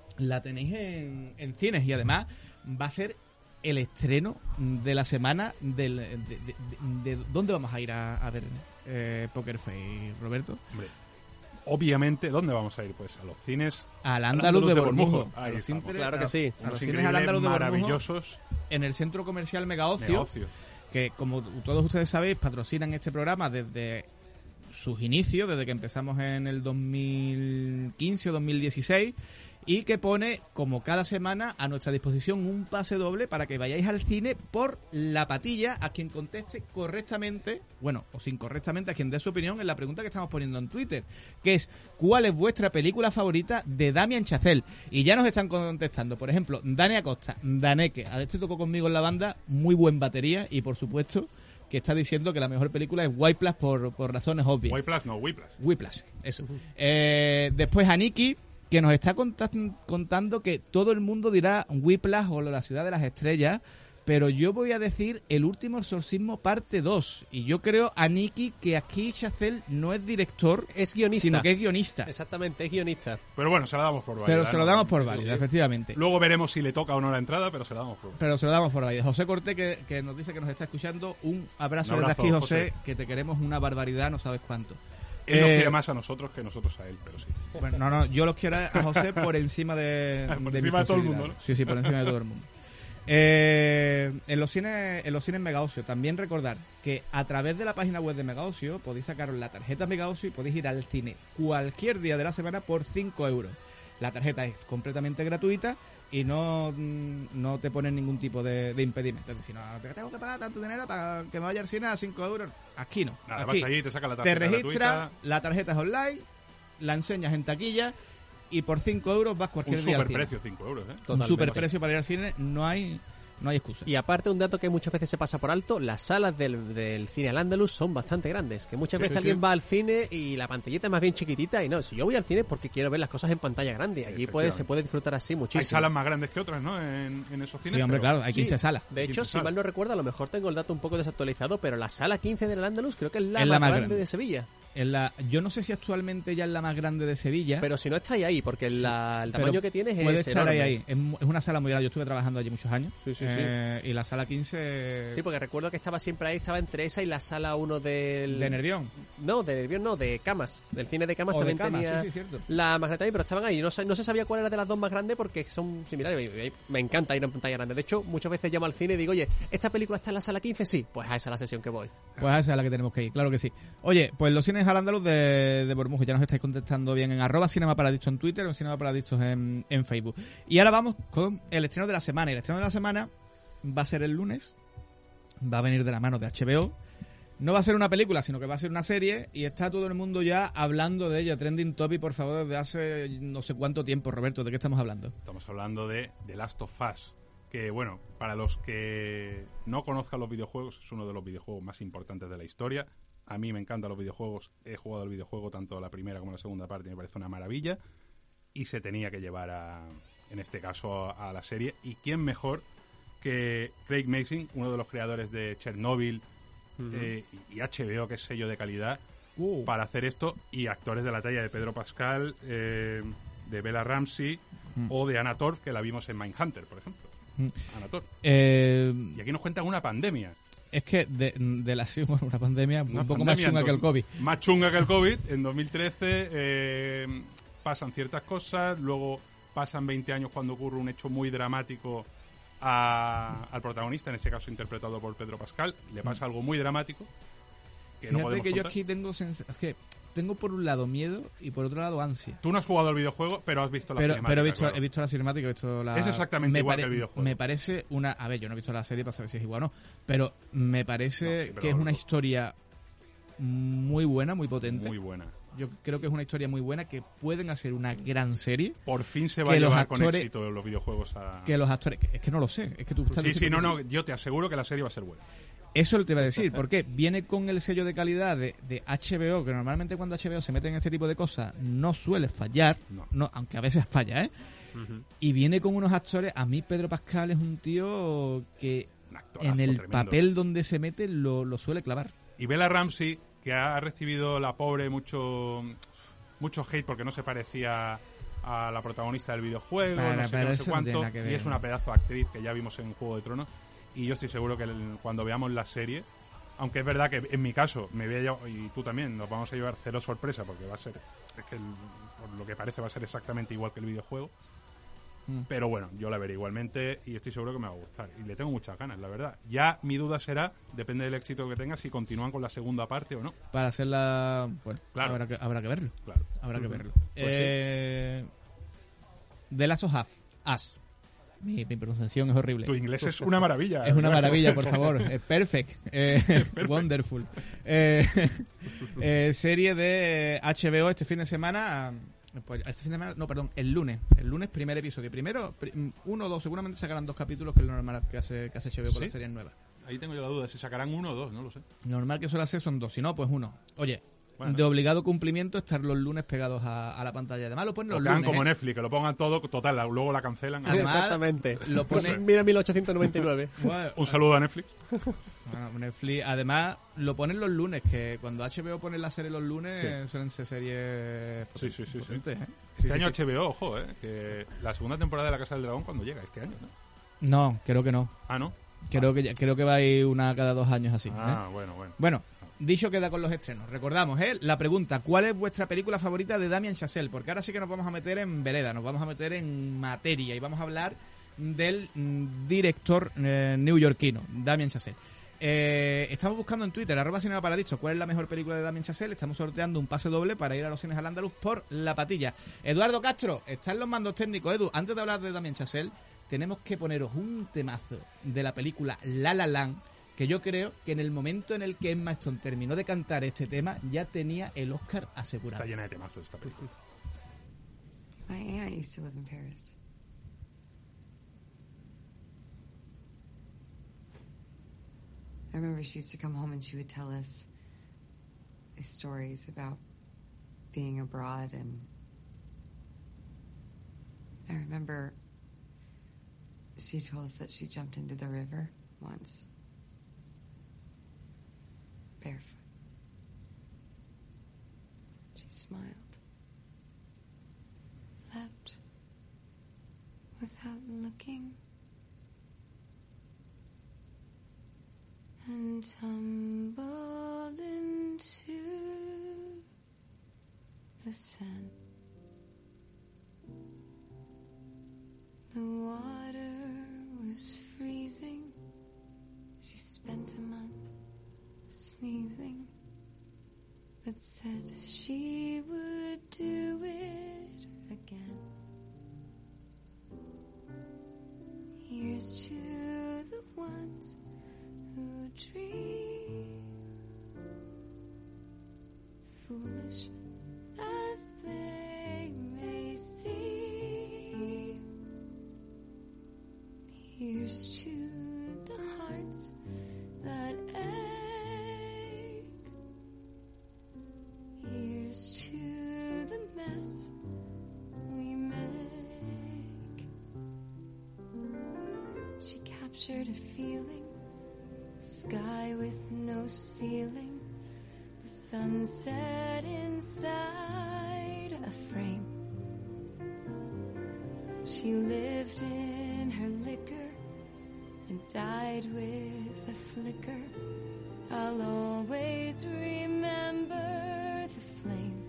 cines y además va a ser el estreno de la semana de ¿dónde vamos a ir a ver Poker Face, Roberto? Hombre, obviamente, ¿dónde vamos a ir? Pues a los cines... Al Andaluz de Bormujo. Ahí estamos. Claro que sí. A los Unos cines increíbles, al Andaluz de Bormujo, maravillosos. en el centro comercial Mega Ocio, Negocio. que como todos ustedes sabéis patrocinan este programa desde sus inicios, desde que empezamos en el 2015 o 2016, y que pone como cada semana a nuestra disposición un pase doble para que vayáis al cine por la patilla a quien conteste correctamente, bueno, o incorrectamente, a quien dé su opinión en la pregunta que estamos poniendo en Twitter, que es ¿cuál es vuestra película favorita de Damien Chazelle? Y ya nos están contestando, por ejemplo, Dani Acosta, Daneque, a este tocó conmigo en la banda, muy buen batería, y por supuesto que está diciendo que la mejor película es White Plus por razones obvias. White Plus, no, Whiplash. Whiplash, eso. Después a Nikki, que nos está contando que todo el mundo dirá Whiplash o La ciudad de las estrellas, pero yo voy a decir El último exorcismo parte 2. Y yo creo, a Nikki, que aquí Chazelle no es director, Es guionista. sino que es guionista. Exactamente, es guionista. Pero bueno, se la damos por válida. Pero se lo damos por Eso válida, sí. efectivamente. Luego veremos si le toca o no la entrada, pero se la damos por válida. Pero se lo damos por válida. José Cortés, que nos dice que nos está escuchando, un abrazo, Un abrazo, desde aquí, José, José. que te queremos una barbaridad, no sabes cuánto. Él nos quiere más a nosotros que nosotros a él, pero sí. Bueno, no, yo los quiero a José por encima de Por de encima mis de todo el mundo, posibilidades. Sí, por encima de todo el mundo. En los cines Mega Ocio, también recordar que a través de la página web de Mega Ocio podéis sacaros la tarjeta Mega Ocio y podéis ir al cine cualquier día de la semana por 5 euros. La tarjeta es completamente gratuita y no te ponen ningún tipo de impedimento. Es decir, no, tengo que pagar tanto dinero para que me vaya al cine a 5 euros. Aquí no. Nada, Aquí vas allí, te saca la tarjeta te registras, gratuita. la tarjeta es online, la enseñas en taquilla y por 5 euros vas cualquier Un día al cine. superprecio, 5 euros, ¿eh? Un Totalmente. superprecio para ir al cine, no hay excusa. Y aparte, un dato que muchas veces se pasa por alto, las salas del cine al Andaluz son bastante grandes. Que muchas Sí, veces sí, alguien sí. va al cine y la pantallita es más bien chiquitita. Y no, si yo voy al cine es porque quiero ver las cosas en pantalla grande. Allí pues, se puede disfrutar así muchísimo. Hay salas más grandes que otras, ¿no? En esos cines. Sí, hombre, pero- claro, hay 15 salas. De hecho, 15 si salas. mal no recuerdo, a lo mejor tengo el dato un poco desactualizado, pero la sala 15 del Andaluz creo que es la Es más la más grande grande. de Sevilla. Yo no sé si actualmente ya es la más grande de Sevilla. Pero si no estáis ahí, porque el pero tamaño que tienes puede es estar enorme. ahí. Es una sala muy grande. Yo estuve trabajando allí muchos años. Sí, sí, Y la sala 15 Sí, porque recuerdo que estaba siempre ahí, estaba entre esa y la sala 1 del... de Nervión. No, de Nervión no, de Camas. Del cine de Camas O de también Camas, tenía sí, cierto. la más grande también, pero estaban ahí. No se sabía cuál era de las dos más grandes porque son similares. Me encanta ir en pantalla grande. De hecho, muchas veces llamo al cine y digo, oye, ¿esta película está en la sala 15? Sí, pues a esa es la sesión que voy. Pues esa es la que tenemos que ir, claro que sí. Oye, pues los cines al Andaluz de Bormujos, ya nos estáis contestando bien en @cinemaparadictos en Twitter o en cinemaparadictos en Facebook. Y ahora vamos con el estreno de la semana. Y el estreno de la semana va a ser el lunes, va a venir de la mano de HBO. No va a ser una película, sino que va a ser una serie y está todo el mundo ya hablando de ella. Trending topic, por favor, desde hace no sé cuánto tiempo. Roberto, ¿de qué estamos hablando? Estamos hablando de The Last of Us, que bueno, para los que no conozcan los videojuegos, es uno de los videojuegos más importantes de la historia. A mí me encantan los videojuegos, he jugado el videojuego tanto la primera como la segunda parte, me parece una maravilla, y se tenía que llevar en este caso a la serie. ¿Y quién mejor que Craig Mazin, uno de los creadores de Chernobyl y HBO, que es sello de calidad, para hacer esto, y actores de la talla de Pedro Pascal, de Bella Ramsey o de Anna Torv, que la vimos en Mindhunter, por ejemplo. Anna Torv. Y aquí nos cuentan una pandemia. Es que de la una pandemia Una un poco pandemia más chunga que el COVID. Más chunga que el COVID. En 2013 pasan ciertas cosas, luego pasan 20 años cuando ocurre un hecho muy dramático al protagonista, en este caso interpretado por Pedro Pascal. Le pasa algo muy dramático que no Fíjate podemos que yo contar. aquí tengo por un lado miedo y por otro lado ansia. Tú no has jugado al videojuego, pero has visto la cinemática. Pero claro. he visto la cinemática, he visto la... Es exactamente igual que el videojuego. Me parece una... A ver, yo no he visto la serie para saber si es igual o no, pero me parece No, sí, pero que es una lo- historia muy buena, muy potente. Muy buena. Yo creo que es una historia muy buena, que pueden hacer una gran serie, Por fin se va Que a los llevar con actores- éxito los videojuegos a... que los actores... Es que no lo sé, es que tú estás Sí, diciendo que no, yo te aseguro que la serie va a ser buena. Eso te iba a decir, porque viene con el sello de calidad de HBO, que normalmente cuando HBO se mete en este tipo de cosas no suele fallar, No. aunque a veces falla, ¿eh? Y viene con unos actores. A mí Pedro Pascal es un tío que Un actorazo en el tremendo. papel donde se mete lo suele clavar. Y Bella Ramsey, que ha recibido la pobre mucho hate porque no se parecía a la protagonista del videojuego, Pero no sé qué, no eso sé no tiene cuánto, nada que ver. y es una pedazo de actriz que ya vimos en Juego de Tronos, y yo estoy seguro que cuando veamos la serie, aunque es verdad que en mi caso me voy a llevar, y tú también, nos vamos a llevar cero sorpresa porque va a ser, es que por lo que parece va a ser exactamente igual que el videojuego. Pero bueno, yo la veré igualmente y estoy seguro que me va a gustar. Y le tengo muchas ganas, la verdad. Ya mi duda será, depende del éxito que tenga, si continúan con la segunda parte o no. Para hacerla... Bueno, Claro. habrá que verlo. Claro. Habrá que verlo. Pues The Last of Us. Mi pronunciación es horrible. Tu inglés es una maravilla. Es una maravilla, por favor. Perfect. Wonderful. Serie de HBO este fin de semana. Pues este fin de semana, no, perdón, el lunes. El lunes, primer episodio. Primero, uno o dos, seguramente sacarán 2 capítulos, que es lo normal que hace HBO con ¿Sí? las series nuevas. Ahí tengo yo la duda, si sacarán 1 o 2, no lo sé. Lo normal que suele hacer son 2, si no, pues 1. Oye, Bueno. de obligado cumplimiento estar los lunes pegados a la pantalla. Además lo ponen Lo los que hagan lunes. como ¿eh? Netflix, que lo pongan todo, total, luego la cancelan. Además, Exactamente. lo pone- Mira 1899. Bueno, Un saludo a Netflix. bueno, Netflix, además lo ponen los lunes, que cuando HBO pone la serie los lunes Sí. suelen ser series Sí, sí, sí, potentes, ¿eh? Este Sí, año sí, sí. HBO, ojo, que la segunda temporada de La Casa del Dragón, ¿cuándo llega? Este año, ¿no? No, creo que no. Ah, ¿no? Creo que va a ir una cada 2 años así. Ah, ¿eh? bueno. Bueno, dicho queda con los estrenos. Recordamos, la pregunta, ¿cuál es vuestra película favorita de Damien Chazelle? Porque ahora sí que nos vamos a meter en vereda, nos vamos a meter en materia y vamos a hablar del director neoyorquino, Damien Chazelle. Estamos buscando en Twitter, @cinemaparadiso, cuál es la mejor película de Damien Chazelle. Estamos sorteando un pase doble para ir a los cines al Andaluz por La Patilla. Eduardo Castro, está en los mandos técnicos. Edu, antes de hablar de Damien Chazelle, tenemos que poneros un temazo de la película La La Land, que yo creo que en el momento en el que Emma Stone terminó de cantar este tema, ya tenía el Oscar asegurado. Está llena de temazos esta película. My aunt used to live in Paris. I remember she used to come home and she would tell us these stories about being abroad, and I remember she told us that she jumped into the river once, barefoot. She smiled, leapt without looking, and tumbled into the sand. The water was freezing. She spent a month sneezing, but said she would do it again. Here's to the ones who dream, foolish as they may seem. Here's to the hearts that ache. Here's to the mess we make. She captured a feeling, sky with no ceiling, the sunset inside a frame. She lived in her liquor and died with a flicker. I'll always remember the flame.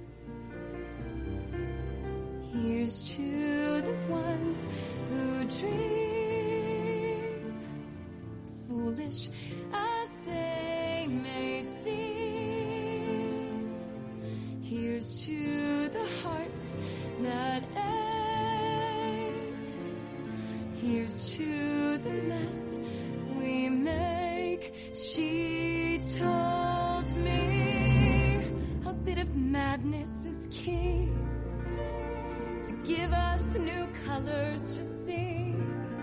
Here's to the ones who dream, foolish as they may seem. Here's to the hearts that ache. Here's to the mess we make. She told me a bit of madness is key, to give us new colors to see.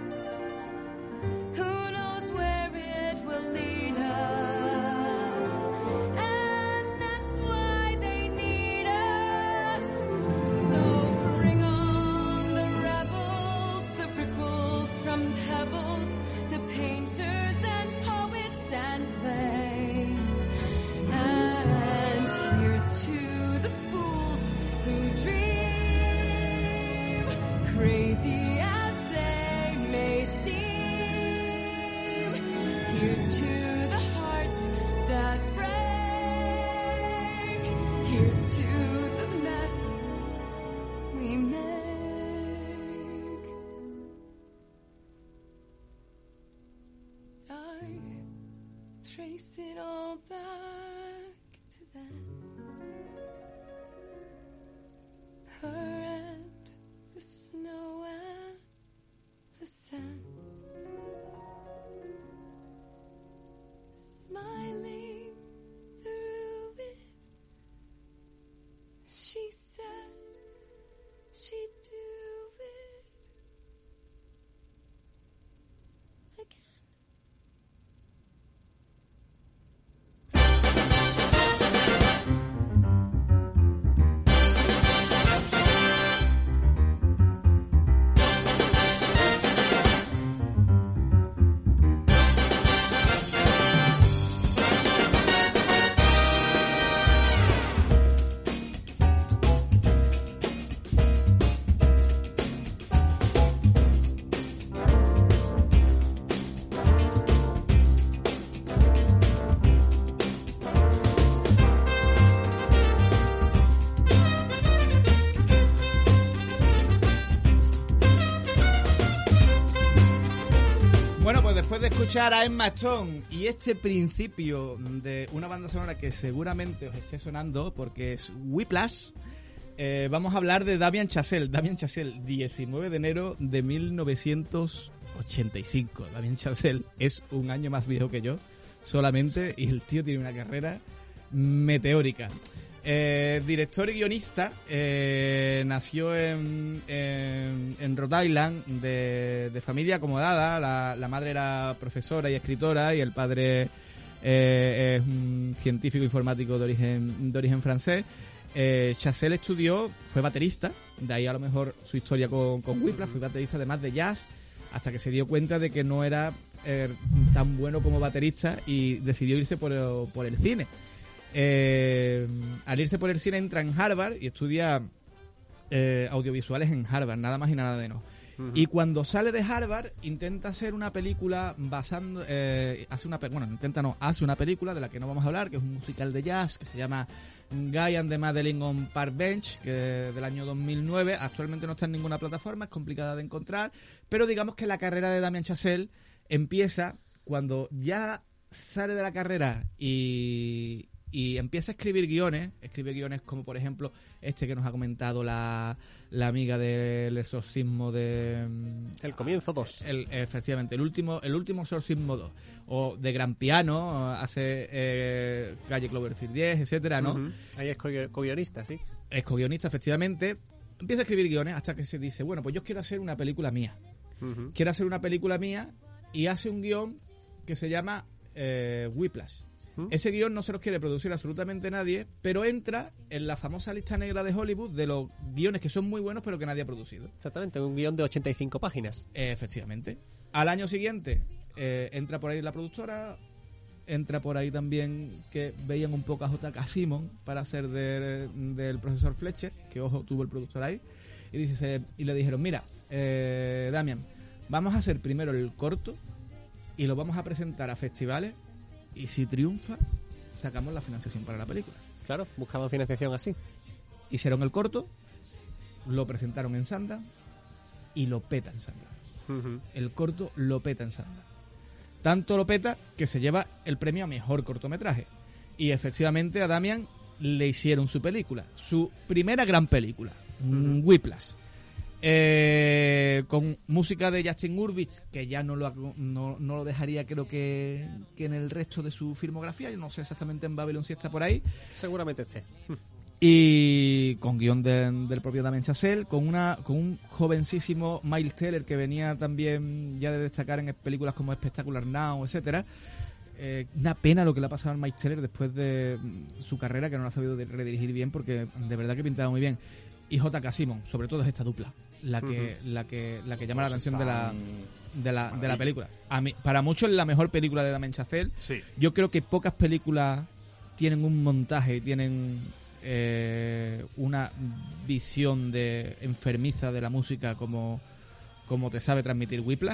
Who knows where it will lead us? And that's why they need us. So bring on the rebels, the ripples from pebbles, the painters and poets and plays. And here's to the fools who dream, crazy as they may seem. Here's to the hearts that break. Here's to the mess we make. I trace it all back to then. Her and the snow and the sand, smiling through it. She said she'd do it again. escuchar a Emma Stone y este principio de una banda sonora que seguramente os esté sonando porque es Whiplash. Vamos a hablar de Damien Chazelle. Damien Chazelle, 19 de enero de 1985. Damien Chazelle es un año más viejo que yo solamente y el tío tiene una carrera meteórica. Director y guionista, nació en Rhode Island de familia acomodada. La madre era profesora y escritora y el padre es un científico informático de origen francés. Chazelle fue baterista, de ahí a lo mejor su historia con Whiplash. Fue baterista además de jazz hasta que se dio cuenta de que no era tan bueno como baterista y decidió irse por el cine. Al irse por el cine entra en Harvard y estudia audiovisuales en Harvard, nada más y nada menos. Y cuando sale de Harvard intenta hacer una película hace una película de la que no vamos a hablar, que es un musical de jazz que se llama Guy and the Madeline on Park Bench, que del año 2009. Actualmente no está en ninguna plataforma, es complicada de encontrar, pero digamos que la carrera de Damien Chazelle empieza cuando ya sale de la carrera y empieza a escribir guiones como por ejemplo este que nos ha comentado la amiga del exorcismo de El comienzo 2. Efectivamente, el último exorcismo 2, o de Gran Piano, hace Calle Cloverfield 10, etcétera, ¿no? Ahí es co-guionista, sí. Es co-guionista, efectivamente. Empieza a escribir guiones hasta que se dice, bueno, pues yo quiero hacer una película mía. Quiero hacer una película mía y hace un guión que se llama Whiplash. Ese guión no se los quiere producir absolutamente nadie, pero entra en la famosa lista negra de Hollywood de los guiones que son muy buenos pero que nadie ha producido. Exactamente, un guión de 85 páginas. Efectivamente. Al año siguiente entra por ahí la productora, entra por ahí también que veían un poco a J.K. Simmons para hacer del profesor Fletcher, que ojo tuvo el productor ahí, y le dijeron, mira, Damien, vamos a hacer primero el corto y lo vamos a presentar a festivales. Y si triunfa, sacamos la financiación para la película. Claro, buscaban financiación así. Hicieron el corto, lo presentaron en Sundance y lo peta en Sundance. El corto lo peta en Sundance. Tanto lo peta que se lleva el premio a mejor cortometraje. Y efectivamente a Damien le hicieron su película, su primera gran película, Whiplash. Con música de Justin Hurwitz, que ya no lo dejaría, creo que en el resto de su filmografía. Yo no sé exactamente en Babylon si está por ahí. Seguramente esté. Y con guión del propio Damien Chazelle, con un jovencísimo Miles Teller que venía también ya de destacar en películas como Spectacular Now, etcétera. Una pena lo que le ha pasado a Miles Teller después de su carrera, que no lo ha sabido redirigir bien, porque de verdad que pintaba muy bien. Y J.K. Simmons, sobre todo es esta dupla la que llama la atención de la película. Para muchos es la mejor película de Damien Chazelle. Sí. Yo creo que pocas películas tienen un montaje y tienen una visión de enfermiza de la música como te sabe transmitir Whiplash.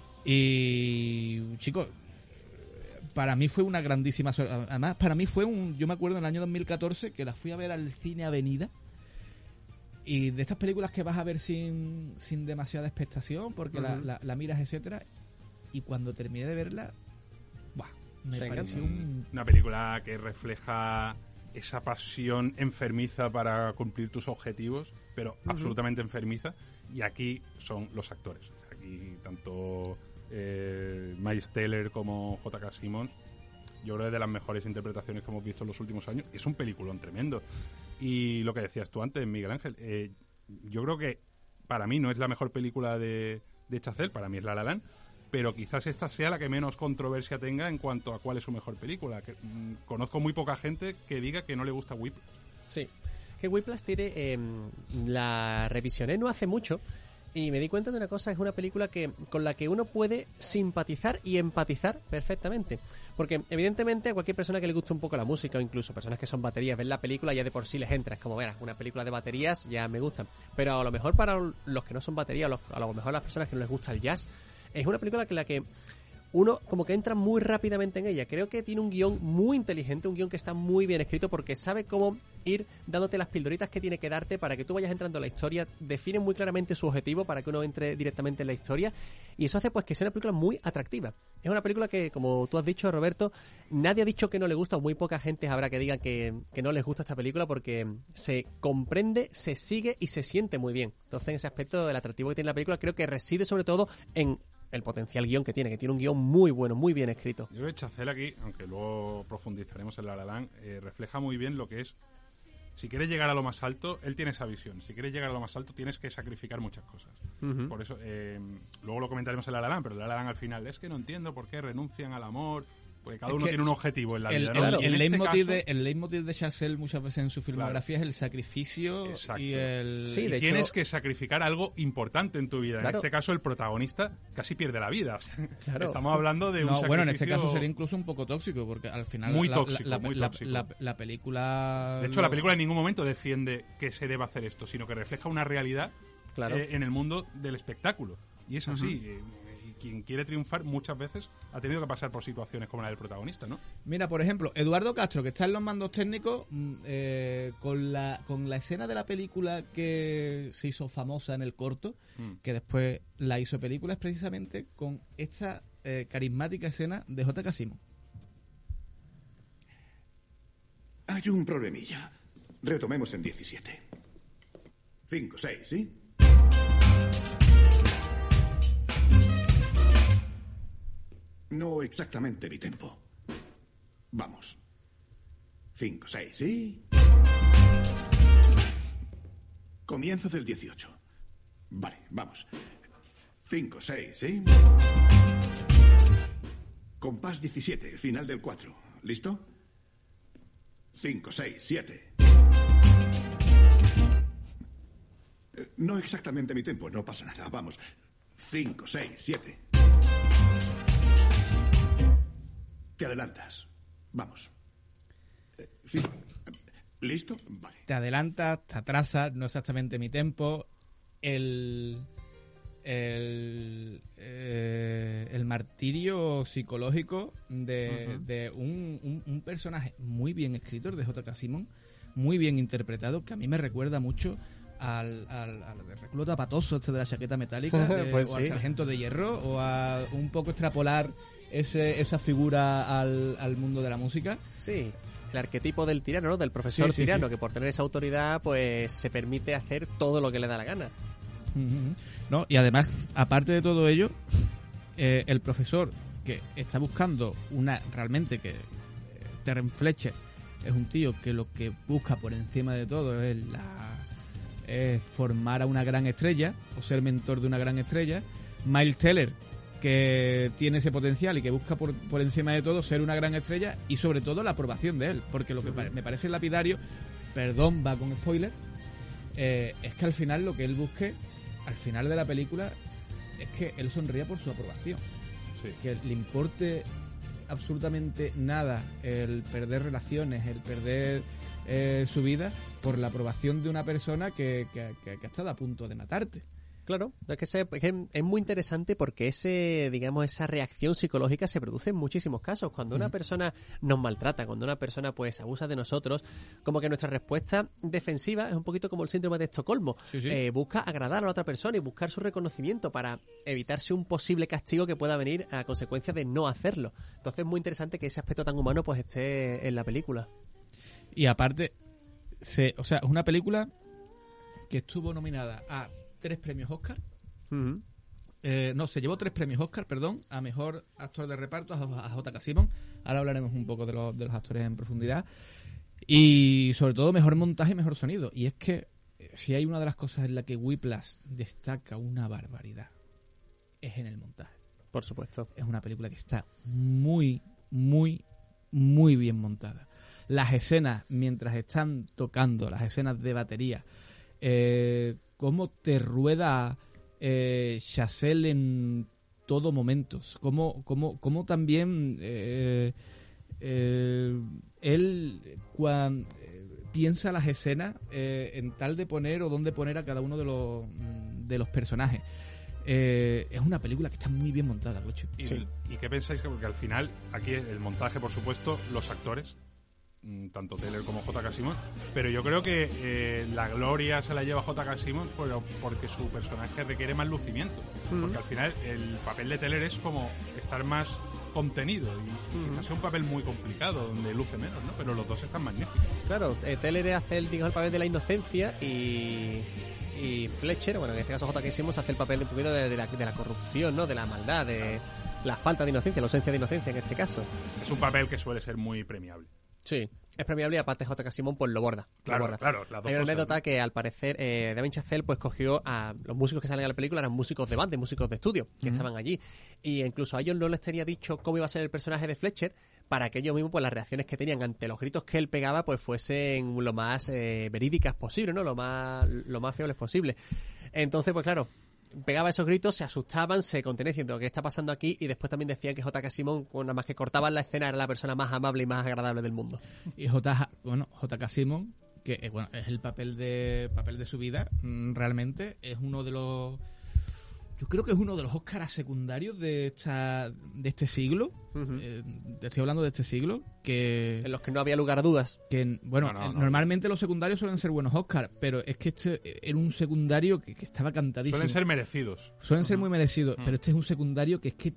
Y chicos, para mí fue una grandísima sorpresa. Además, para mí yo me acuerdo en el año 2014 que la fui a ver al Cine Avenida. Y de estas películas que vas a ver sin demasiada expectación, porque la miras, etcétera. Y cuando terminé de verla, me pareció una película que refleja esa pasión enfermiza para cumplir tus objetivos, pero absolutamente enfermiza. Y aquí son los actores. Aquí tanto Miles Teller como J.K. Simmons, yo creo que es de las mejores interpretaciones que hemos visto en los últimos años. Es un peliculón tremendo. Y lo que decías tú antes, Miguel Ángel, yo creo que para mí no es la mejor película de Chazelle, para mí es La La Land, pero quizás esta sea la que menos controversia tenga en cuanto a cuál es su mejor película. Conozco muy poca gente que diga que no le gusta Whiplash. Sí, que Whiplash tiene... la revisioné no hace mucho y me di cuenta de una cosa, es una película con la que uno puede simpatizar y empatizar perfectamente. Porque evidentemente a cualquier persona que le guste un poco la música, o incluso personas que son baterías, ven la película ya de por sí les entra. Es como, verás, una película de baterías ya me gustan. Pero a lo mejor para los que no son baterías, a lo mejor las personas que no les gusta el jazz, es una película que la que uno como que entra muy rápidamente en ella. Creo que tiene un guión muy inteligente, un guión que está muy bien escrito porque sabe cómo ir dándote las pildoritas que tiene que darte para que tú vayas entrando en la historia, define muy claramente su objetivo para que uno entre directamente en la historia y eso hace pues que sea una película muy atractiva. Es una película que, como tú has dicho, Roberto, nadie ha dicho que no le gusta, o muy poca gente habrá que digan que no les gusta esta película porque se comprende, se sigue y se siente muy bien. Entonces, en ese aspecto, el atractivo que tiene la película creo que reside sobre todo en el potencial guión que tiene un guión muy bueno, muy bien escrito. Yo creo que Chazelle aquí, aunque luego profundizaremos en La La Land, refleja muy bien lo que es. Si quieres llegar a lo más alto, él tiene esa visión. Si quieres llegar a lo más alto, tienes que sacrificar muchas cosas. Uh-huh. Por eso, luego lo comentaremos en La La Land, pero La La Land al final es que no entiendo por qué renuncian al amor. Porque cada uno tiene un objetivo en la vida, ¿no? Claro, el leitmotiv de Chazelle muchas veces en su filmografía es el sacrificio. Exacto. Y el... Sí, de tienes hecho, que sacrificar algo importante en tu vida. Claro. En este caso, el protagonista casi pierde la vida. O sea, Claro. estamos hablando de un sacrificio... Bueno, en este caso sería incluso un poco tóxico, porque al final Muy tóxico. la película... De hecho, la película en ningún momento defiende que se deba hacer esto, sino que refleja una realidad claro. En el mundo del espectáculo. Y es así. Y quien quiere triunfar muchas veces ha tenido que pasar por situaciones como la del protagonista, ¿no? Mira, por ejemplo, Eduardo Castro, que está en los mandos técnicos, con la escena de la película que se hizo famosa en el corto, que después la hizo película, es precisamente con esta carismática escena de J.K. Simmons. Hay un problemilla. Retomemos en 17. 5, 6, ¿sí? No exactamente mi tempo. Vamos. 5, 6, ¿sí? Comienzo del 18. Vale, vamos. 5, 6, ¿sí? Compás 17, final del 4. ¿Listo? 5, 6, 7. No exactamente mi tempo, no pasa nada. Vamos. 5, 6, 7. Te adelantas. Vamos. ¿Listo? Vale. Te adelantas, te atrasas, no exactamente mi tempo. El martirio psicológico de un personaje muy bien escrito, de J.K. Simmons, muy bien interpretado, que a mí me recuerda mucho al recluta patoso este de la chaqueta metálica, pues o sí. al sargento de hierro, o a un poco extrapolar esa figura al mundo de la música. Sí, el arquetipo del tirano, ¿no? Del profesor tirano, sí. que por tener esa autoridad pues se permite hacer todo lo que le da la gana. No, y además, aparte de todo ello, el profesor que está buscando realmente que Terence Fletcher es un tío que lo que busca por encima de todo es formar a una gran estrella o ser mentor de una gran estrella. Miles Teller, que tiene ese potencial y que busca por encima de todo ser una gran estrella y sobre todo la aprobación de él, porque lo que me parece lapidario, perdón, va con spoiler, es que al final lo que él busque al final de la película es que él sonría por su aprobación, que le importe absolutamente nada el perder relaciones, el perder su vida por la aprobación de una persona que ha estado a punto de matarte. Claro, es que es muy interesante porque esa reacción psicológica se produce en muchísimos casos. Cuando una persona nos maltrata, cuando una persona pues abusa de nosotros, como que nuestra respuesta defensiva es un poquito como el síndrome de Estocolmo. Busca agradar a la otra persona y buscar su reconocimiento para evitarse un posible castigo que pueda venir a consecuencia de no hacerlo. Entonces es muy interesante que ese aspecto tan humano pues esté en la película. Y aparte, es una película que estuvo nominada a 3 premios Oscar. Se llevó 3 premios Oscar, a mejor actor de reparto, a J.K. Simmons. Ahora hablaremos un poco de los actores en profundidad. Y sobre todo mejor montaje y mejor sonido. Y es que si hay una de las cosas en la que Whiplash destaca una barbaridad, es en el montaje. Por supuesto. Es una película que está muy, muy, muy bien montada. Las escenas mientras están tocando, las escenas de batería, cómo te rueda Chazelle en todo momento, cómo también él cuando piensa las escenas en tal de poner o dónde poner a cada uno de los personajes. Es una película que está muy bien montada, Gocho. ¿Y qué pensáis? Porque al final, aquí el montaje, por supuesto, los actores, tanto Teller como J.K. Simmons, pero yo creo que la gloria se la lleva J.K. Simmons porque su personaje requiere más lucimiento. Porque al final el papel de Teller es como estar más contenido y quizás sea un papel muy complicado donde luce menos, ¿no? Pero los dos están magníficos. Claro, Teller hace el papel de la inocencia y Fletcher, bueno, en este caso J.K. Simmons hace el papel un poquito de la corrupción, ¿no? De la maldad, de la falta de inocencia, la ausencia de inocencia en este caso. Es un papel que suele ser muy premiable. Sí, es premiable y aparte J.K. Simmons pues lo borda. Claro, lo borda. claro. Las dos Hay una cosas, anécdota ¿no? que al parecer Damien Chazelle pues cogió a los músicos que salen en la película, eran músicos de banda, músicos de estudio que estaban allí. Y incluso a ellos no les tenía dicho cómo iba a ser el personaje de Fletcher para que ellos mismos pues las reacciones que tenían ante los gritos que él pegaba pues fuesen lo más verídicas posible, ¿no? Lo más fiables posible. Entonces pues claro, pegaba esos gritos, se asustaban, se contenían diciendo ¿qué está pasando aquí? Y después también decían que J.K. Simmons, nada más que cortaban la escena, era la persona más amable y más agradable del mundo. Y J.K. Simmons, que es el papel de su vida, realmente es uno de los... Yo creo que es uno de los Óscares secundarios de este siglo. Te estoy hablando de este siglo, que... En los que no había lugar a dudas. Que, bueno, normalmente los secundarios suelen ser buenos Óscar, pero es que este era un secundario que estaba cantadísimo. Suelen ser merecidos. Suelen ser muy merecidos, pero este es un secundario que es que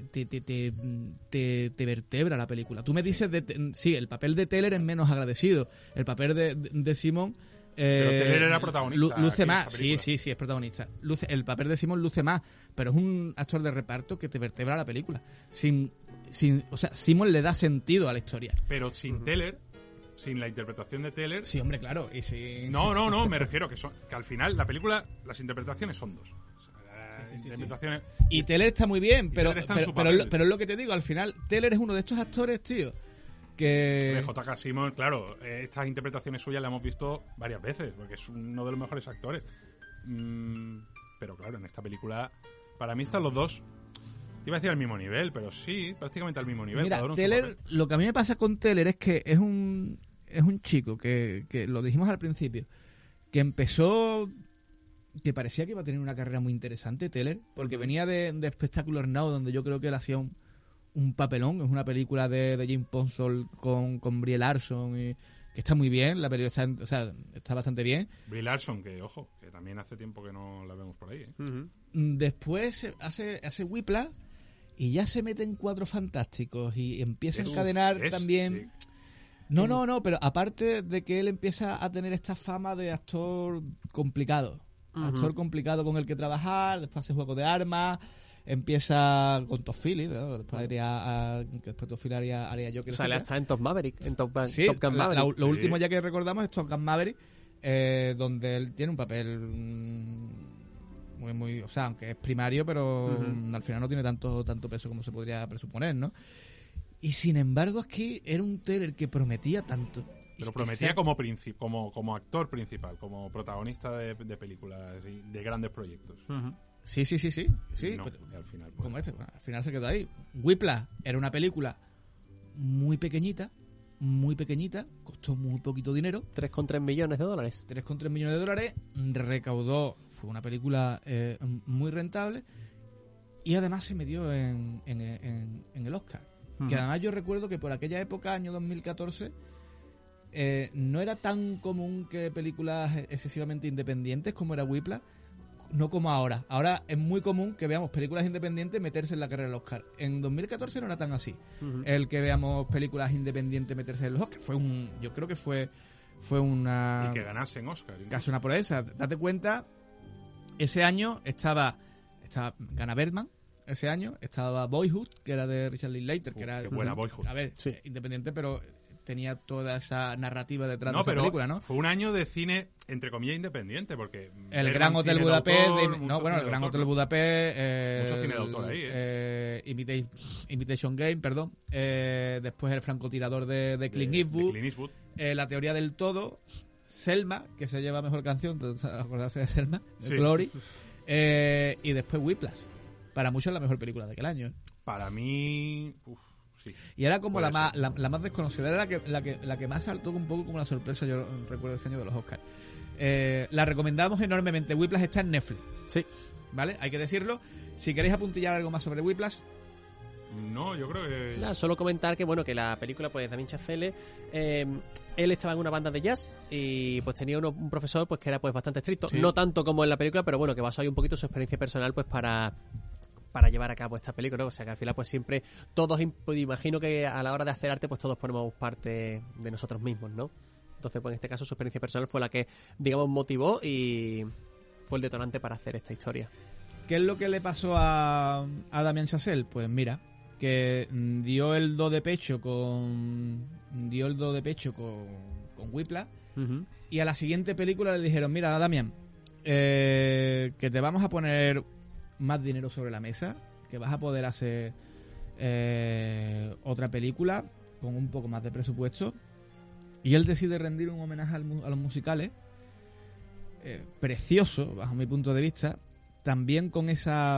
te vertebra la película. Tú me dices, sí, el papel de Teller es menos agradecido. El papel de Simon... Pero Teller era protagonista. Luce más, sí, es protagonista. El papel de Simon luce más, pero es un actor de reparto que te vertebra la película. O sea, Simon le da sentido a la historia. Pero sin Teller, sin la interpretación de Teller... Sí, hombre, claro. Y si... No, me refiero que al final la película, las interpretaciones son dos. Interpretaciones... Y Teller está muy bien, pero es lo que te digo, al final Teller es uno de estos actores, tío, que... J.K. Simmons, claro, estas interpretaciones suyas las hemos visto varias veces, porque es uno de los mejores actores. Pero claro, en esta película, para mí están los dos, iba a decir al mismo nivel, pero sí, prácticamente al mismo nivel. Mira, Teller, lo que a mí me pasa con Teller es que es un chico que lo dijimos al principio, que empezó... que parecía que iba a tener una carrera muy interesante, Teller, porque venía de Spectacular Now, donde yo creo que él hacía un papelón. Es una película de Jim Ponsol con Brie Larson, y que está muy bien, la película está bastante bien. Brie Larson, que ojo, que también hace tiempo que no la vemos por ahí, ¿eh? Después hace Whiplash y ya se mete en Cuatro Fantásticos y empieza a encadenar también... Sí. No, pero aparte de que él empieza a tener esta fama de actor complicado. Actor complicado con el que trabajar, después hace Juego de Armas, empieza con Todd Phillips, ¿no? Después Todd Phillips haría Joker. Sale hasta en Top Maverick, en Top Gun Maverick. Lo último ya que recordamos es Top Gun Maverick, donde él tiene un papel muy, o sea, aunque es primario, pero al final no tiene tanto peso como se podría presuponer, ¿no? Y sin embargo aquí era un Teller que prometía tanto. Pero prometía como actor principal, como protagonista de películas y de grandes proyectos. Sí. No, al final, pues, como al final se quedó ahí. Whiplash era una película muy pequeñita, costó muy poquito dinero. $3,3 millones. $3,3 millones, recaudó, fue una película muy rentable y además se metió en el Oscar. Que además yo recuerdo que por aquella época, año 2014... no era tan común que películas excesivamente independientes como era Whiplash, no como ahora. Ahora es muy común que veamos películas independientes meterse en la carrera del Oscar. En 2014 no era tan así. El que veamos películas independientes meterse en los Oscar yo creo que fue una... Y que ganasen Oscar. Casi una proeza. Date cuenta, ese año gana Birdman. Ese año estaba Boyhood, que era de Richard Linklater, que era... Qué buena Boyhood. A ver, sí, independiente, pero... tenía toda esa narrativa detrás de esa pero película, ¿no? Fue un año de cine, entre comillas, independiente, porque... El Gran Hotel Budapest... el Gran Hotel Budapest... mucho cine de autor ahí, Imitation Game, perdón. Después El francotirador de Clint Eastwood. La teoría del todo. Selma, que se lleva mejor canción, acordarse de Selma, de Glory. Y después Whiplash. Para muchos la mejor película de aquel año. Para mí... Sí, y era como la más desconocida, era la que más saltó un poco como la sorpresa, yo recuerdo ese año de los Oscars. La recomendamos enormemente. Whiplash está en Netflix. Sí. ¿vale? Hay que decirlo. Si queréis apuntillar algo más sobre Whiplash. No, yo creo que... Nada, solo comentar que bueno, que la película, pues Damien Chazelle, él estaba en una banda de jazz y pues tenía un profesor pues que era pues bastante estricto, Sí. no tanto como en la película, pero bueno, que basó ahí un poquito su experiencia personal pues para llevar a cabo esta película, ¿no? O sea que al final pues siempre todos, pues, imagino que a la hora de hacer arte pues todos ponemos parte de nosotros mismos, ¿no? Entonces pues en este caso su experiencia personal fue la que, digamos, motivó y fue el detonante para hacer esta historia. ¿Qué es lo que le pasó a Damien Chazelle? Pues mira, que dio el do de pecho con Whiplash, y a la siguiente película le dijeron, mira, Damien, que te vamos a poner más dinero sobre la mesa, que vas a poder hacer otra película con un poco más de presupuesto, y él decide rendir un homenaje a los musicales, precioso bajo mi punto de vista, también con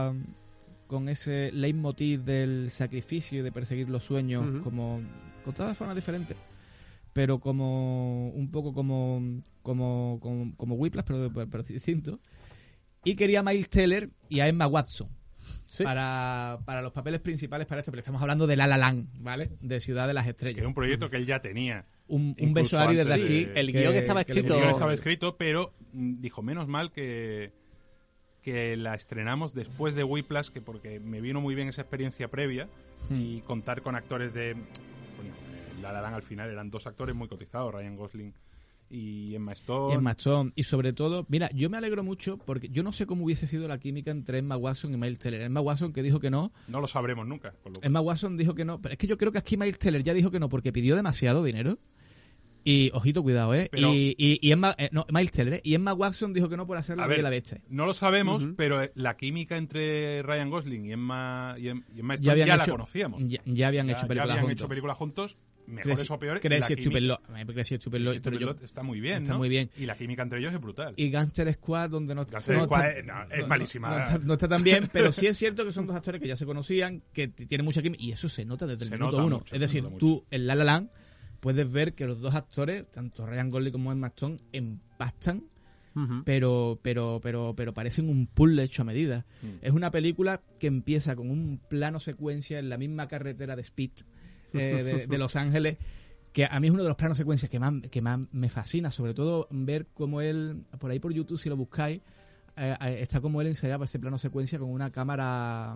ese leitmotiv del sacrificio y de perseguir los sueños, como contadas de formas diferentes, pero como un poco como Whiplash, pero distinto. Y quería a Miles Teller y a Emma Watson para los papeles principales para este, pero estamos hablando de La La Land, ¿vale? De Ciudad de las Estrellas. Que era un proyecto que él ya tenía. Un beso a Ari desde antes aquí. de- El guión estaba escrito. El guión estaba escrito, pero dijo, menos mal que la estrenamos después de Whiplash, que porque me vino muy bien esa experiencia previa y contar con actores de... Bueno, La La Land al final eran dos actores muy cotizados, Ryan Gosling y Emma Stone. Y Emma Stone. Y sobre todo, mira, yo me alegro mucho porque yo no sé cómo hubiese sido la química entre Emma Watson y Miles Teller. Emma Watson que dijo que no. No lo sabremos nunca. Con lo cual. Emma Watson dijo que no. Pero es que yo creo que aquí Miles Teller ya dijo que no porque pidió demasiado dinero. Y, ojito, cuidado, ¿eh? Pero- y Emma... no, Miles Teller, ¿eh? Y Emma Watson dijo que no por hacer la A Bella ver, y la Bestia. no lo sabemos, pero la química entre Ryan Gosling y Emma Stone Ya habían la hecho- conocíamos. Ya habían Ya hecho películas habían juntos. hecho películas juntos, mejores o peores. y la Crazy química- Stupid Love. Crazy Stupid Love, Crazy pero Stupid yo- Love está muy bien, está ¿no? muy bien. Y la química entre ellos es brutal. Y Gangster Squad, donde no, Gangster no Squad, está, es malísima. No está tan bien, pero sí es cierto que son dos actores que ya se conocían, que tienen mucha química, y eso se nota desde el Se minuto nota uno. mucho, Es decir, se nota tú en La La Land puedes ver que los dos actores, tanto Ryan Gosling como Emma Stone, empastan, pero parecen un puzzle hecho a medida. Es una película que empieza con un plano secuencia en la misma carretera de Speed de Los Ángeles, que a mí es uno de los planos secuencias que más me fascina, sobre todo ver cómo él, por ahí por YouTube si lo buscáis, está como él ensayaba ese plano secuencia con una cámara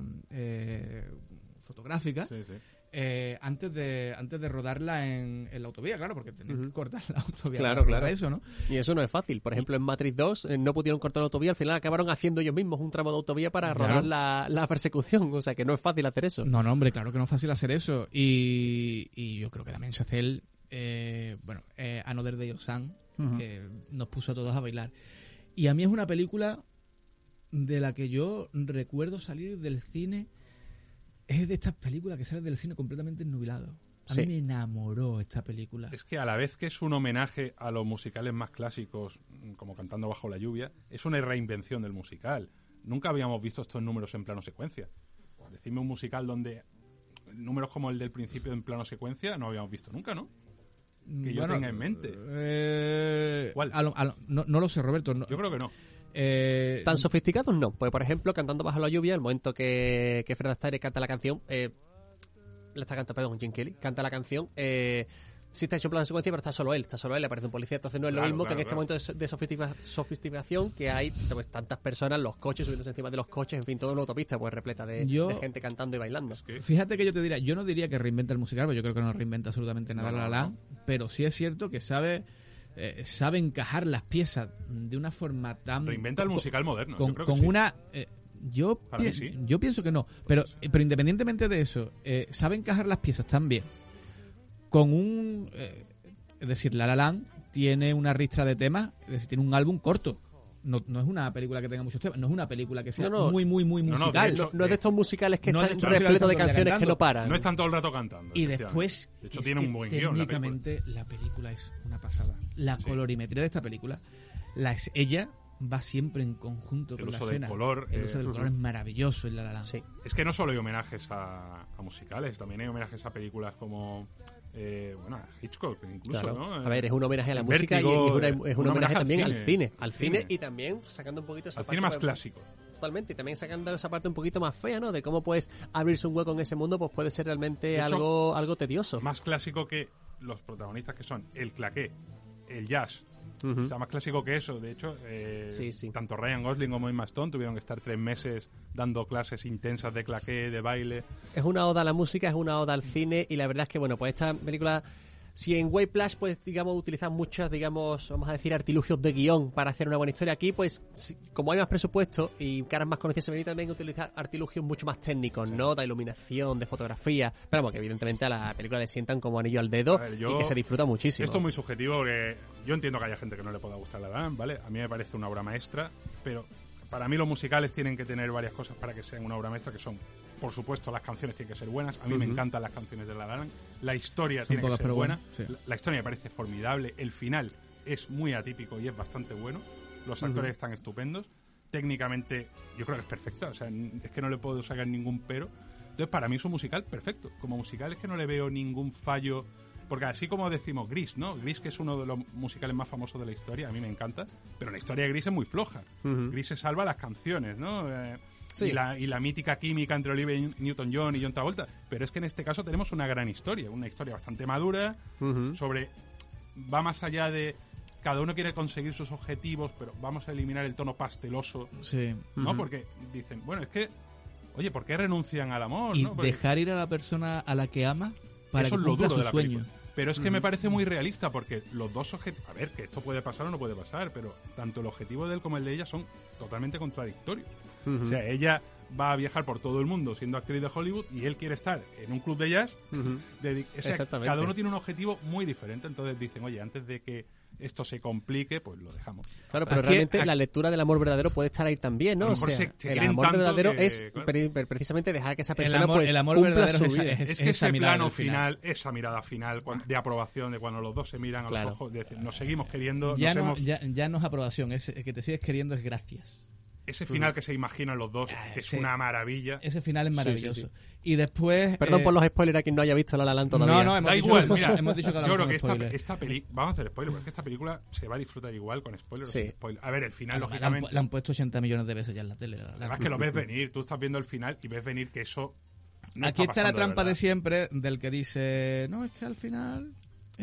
fotográfica. Sí, sí. Antes de rodarla en la autovía, claro, porque tenían que cortar la autovía Claro, para claro. rodar eso, ¿no? Y eso no es fácil. Por ejemplo, en Matrix 2 no pudieron cortar la autovía, al final acabaron haciendo ellos mismos un tramo de autovía para Claro. rodar la persecución. O sea que no es fácil hacer eso. No, hombre, claro que no es fácil hacer eso. Y yo creo que también Chazelle, Another Day of Sun, nos puso a todos a bailar. Y a mí es una película de la que yo recuerdo salir del cine. Es de estas películas que sales del cine completamente ennubilado. A mí me enamoró esta película. Es que a la vez que es un homenaje a los musicales más clásicos, como Cantando bajo la lluvia, es una reinvención del musical. Nunca habíamos visto estos números en plano secuencia. Decidme un musical donde números como el del principio en plano secuencia no habíamos visto nunca, ¿no? Que yo tenga en mente. ¿Cuál? No lo sé, Roberto. No, Yo creo que no. Tan sofisticados no. Pues, por ejemplo, Cantando bajo la lluvia, el momento que Fred Astaire canta la canción, Jim Kelly canta la canción, sí está hecho en plano secuencia, pero está solo él, le aparece un policía, entonces no es lo Claro, mismo que en claro, este momento de sofisticación que hay pues, tantas personas, los coches subiéndose encima de los coches, en fin, toda una autopista pues repleta de gente cantando y bailando. Fíjate que yo no diría que reinventa el musical, porque yo creo que no reinventa absolutamente nada La La Land, pero sí es cierto que sabe encajar las piezas de una forma tan... Reinventa el musical moderno. Con, yo creo que con sí. una... Para mí sí. Yo pienso que no, pero independientemente de eso, sabe encajar las piezas tan bien con un... es decir, La La Land tiene una ristra de temas, es decir, tiene un álbum corto. No es una película que tenga muchos temas, no es una película que sea muy musical. de hecho, No es de estos musicales que No es de están estos repletos de musicales canciones que cantando. no paran. No están todo el rato cantando. Y efectivamente. después, De hecho, es tiene que un buen guión. la película. técnicamente la película es una pasada. La colorimetría de esta película, ella va siempre en conjunto con la uso del escena. color, El uso del color es maravilloso en La La Land. Sí. Es que no solo hay homenajes a musicales, también hay homenajes a películas como a Hitchcock incluso, Claro. ¿no? A ver, es un homenaje a la En música Vértigo, y es un homenaje también al cine. Al cine Y también sacando un poquito esa Al parte cine más pues, clásico. totalmente. Y también sacando esa parte un poquito más fea, ¿no? De cómo puedes abrirse un hueco en ese mundo, pues puede ser realmente De hecho, algo tedioso. Más clásico que los protagonistas que son el claqué, el jazz. O sea, más clásico que eso. De hecho, Sí. tanto Ryan Gosling como Emma Stone tuvieron que estar 3 meses dando clases intensas de claqué, de baile. Es una oda a la música, es una oda al cine, y la verdad es que, bueno, pues esta película, si en White Plush, pues, digamos, utilizan muchos, digamos, vamos a decir, artilugios de guión para hacer una buena historia, aquí, pues, como hay más presupuesto y caras más conocidas, se venía también a utilizar artilugios mucho más técnicos, ¿no? De iluminación, de fotografía, pero vamos, que evidentemente a la película le sientan como anillo al dedo, A ver, y que se disfruta muchísimo. Esto es muy subjetivo, porque yo entiendo que haya gente que no le pueda gustar La La Land, ¿vale? A mí me parece una obra maestra, pero para mí los musicales tienen que tener varias cosas para que sean una obra maestra, que son, por supuesto, las canciones tienen que ser buenas. A mí me encantan las canciones de La La Land. La historia tiene que pocas, ser pero buena. bueno, sí. La historia me parece formidable. El final es muy atípico y es bastante bueno. Los actores están estupendos. Técnicamente, yo creo que es perfecta. O sea, es que no le puedo sacar ningún pero. Entonces, para mí es un musical perfecto. Como musical es que no le veo ningún fallo. Porque así como decimos Gris, ¿no? Gris, que es uno de los musicales más famosos de la historia, a mí me encanta, pero la historia de Gris es muy floja. Gris se salva las canciones, ¿no? Sí. Y la mítica química entre Olivia Newton-John y John Travolta. Pero es que en este caso tenemos una gran historia, una historia bastante madura, sobre... Va más allá de... Cada uno quiere conseguir sus objetivos, pero vamos a eliminar el tono pasteloso, Sí. ¿no? Porque dicen, bueno, es que... Oye, ¿por qué renuncian al amor? Y ¿no? Porque dejar ir a la persona a la que ama para eso que es lo cumpla duro de su la sueño. película. Pero es que me parece muy realista, porque los dos objetivos... A ver, que esto puede pasar o no puede pasar, pero tanto el objetivo de él como el de ella son totalmente contradictorios. O sea, ella va a viajar por todo el mundo siendo actriz de Hollywood y él quiere estar en un club de jazz. O sea, Exactamente. cada uno tiene un objetivo muy diferente. Entonces dicen, oye, antes de que esto se complique, pues lo dejamos. Claro, pero Aquí- realmente la lectura del amor verdadero puede estar ahí también, ¿no? A lo O mejor sea, se el quieren amor tanto verdadero que, es claro. precisamente dejar que esa El persona amor, pues el amor cumpla verdadero su es, vida. Es que esa ese mirada plano al final. esa mirada final de aprobación, de cuando los dos se miran a Claro. los ojos, de decir, nos seguimos queriendo, Ya nos no, hemos... ya no es aprobación, es que te sigues queriendo, es gracias. Ese final que se imaginan los dos es sí. una maravilla. Ese final es maravilloso. sí, sí. Y después... Perdón por los spoilers a quien no haya visto La La Land todavía. No, hemos Da dicho, igual, hemos, mira, hemos dicho que yo hablamos creo con que spoilers. esta película, vamos a hacer spoiler, porque esta película se va a disfrutar igual con spoilers Sí. o sin spoiler. A ver, el final, La han, lógicamente, la han puesto 80 millones de veces ya en la tele. además que lo ves venir, tú estás viendo el final y ves venir que eso no Aquí está la pasando trampa de verdad. siempre del que dice, no, es que al final...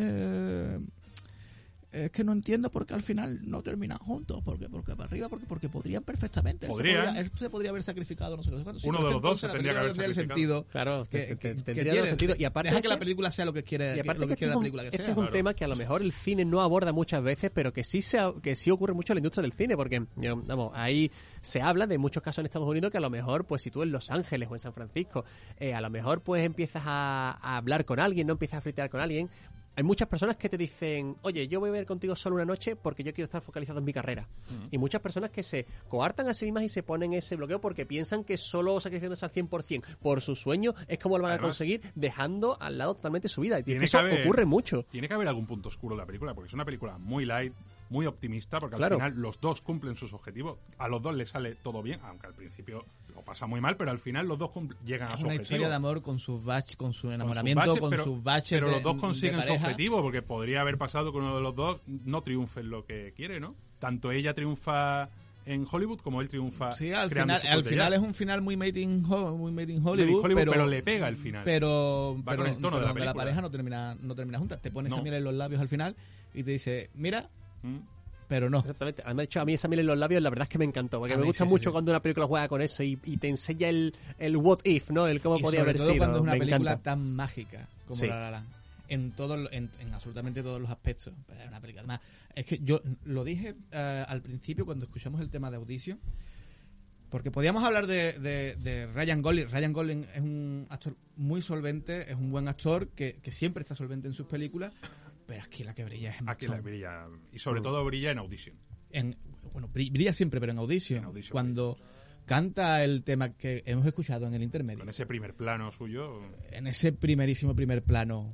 es que no entiendo por qué al final no terminan juntos, porque para arriba, porque podrían perfectamente. Podrían. Él se podría haber sacrificado, no sé cuánto. Sí, Uno pero de es los que dos se entonces la tendría que haber película tendría el sacrificado. sentido Claro, que tendría tiene. todo sentido. Y aparte deja es que la que- película sea lo que quiere, Y aparte lo que que quiere este la es un- película que este sea. es un Claro. tema que a lo mejor el cine no aborda muchas veces, pero que sí ocurre mucho en la industria del cine, porque vamos, ahí se habla de muchos casos en Estados Unidos que a lo mejor, pues si tú en Los Ángeles o en San Francisco, a lo mejor pues empiezas a hablar con alguien, no empiezas a flirtear con alguien. Hay muchas personas que te dicen, oye, yo voy a ver contigo solo una noche porque yo quiero estar focalizado en mi carrera. Y muchas personas que se coartan a sí mismas y se ponen ese bloqueo porque piensan que solo sacrificándose al 100% por su sueño es como lo van a Además, conseguir, dejando al lado totalmente su vida. Y tiene que eso que haber- ocurre mucho. Tiene que haber algún punto oscuro en la película, porque es una película muy light, muy optimista, porque Claro. al final los dos cumplen sus objetivos. A los dos les sale todo bien, aunque al principio lo pasa muy mal, pero al final los dos llegan a Es su una objetivo. historia de amor con sus baches, con su Con sus enamoramiento, baches, con pero, sus baches. pero de- los dos de consiguen su pareja. objetivo, porque podría haber pasado que uno de los dos no triunfe en lo que quiere, ¿no? Tanto ella triunfa en Hollywood como él triunfa Sí, al creando final, su al propio final jazz. es un final muy made in Hollywood, Hollywood, pero le pega al final. Pero Va con el tono de la donde la película. pareja no termina juntas. Te pones No. a mirar en los labios al final y te dice, mira, ¿Mm? pero no. Exactamente. Además, de hecho, a mí esa miel en los labios, la verdad es que me encantó. Porque A me mí gusta sí, mucho sí. cuando una película juega con eso y te enseña el what if, ¿no? El cómo Y podía sobre haber todo sido. cuando es una me película encanta. tan mágica como Sí. La La Land. En absolutamente todos los aspectos. Pero es una película. Además, es que yo lo dije al principio cuando escuchamos el tema de Audition. Porque podíamos hablar de Ryan Gosling. Ryan Gosling es un actor muy solvente, es un buen actor que siempre está solvente en sus películas. Pero aquí la que brilla es Emma Aquí la Stone. brilla, y sobre todo brilla en Audition. Bueno, brilla siempre, pero en Audition. En Audition cuando canta el tema que hemos escuchado en el intermedio. Con ese primer plano suyo. En ese primerísimo primer plano,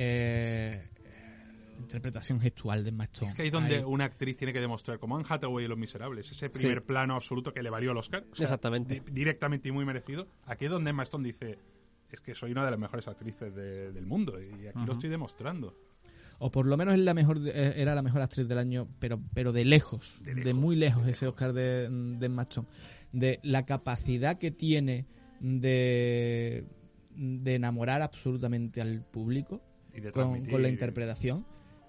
interpretación gestual de Emma Stone. Es que ahí es donde Ahí. una actriz tiene que demostrar, como Anne Hathaway en Los Miserables, ese primer plano absoluto que le valió el Oscar. O sea, Exactamente. Directamente y muy merecido. Aquí es donde Emma Stone dice, es que soy una de las mejores actrices del mundo y aquí lo estoy demostrando. O por lo menos es era la mejor actriz del año, pero de lejos, de muy lejos, ese Oscar de Emma Stone. de la capacidad que tiene de enamorar absolutamente al público Y de con transmitir. la interpretación.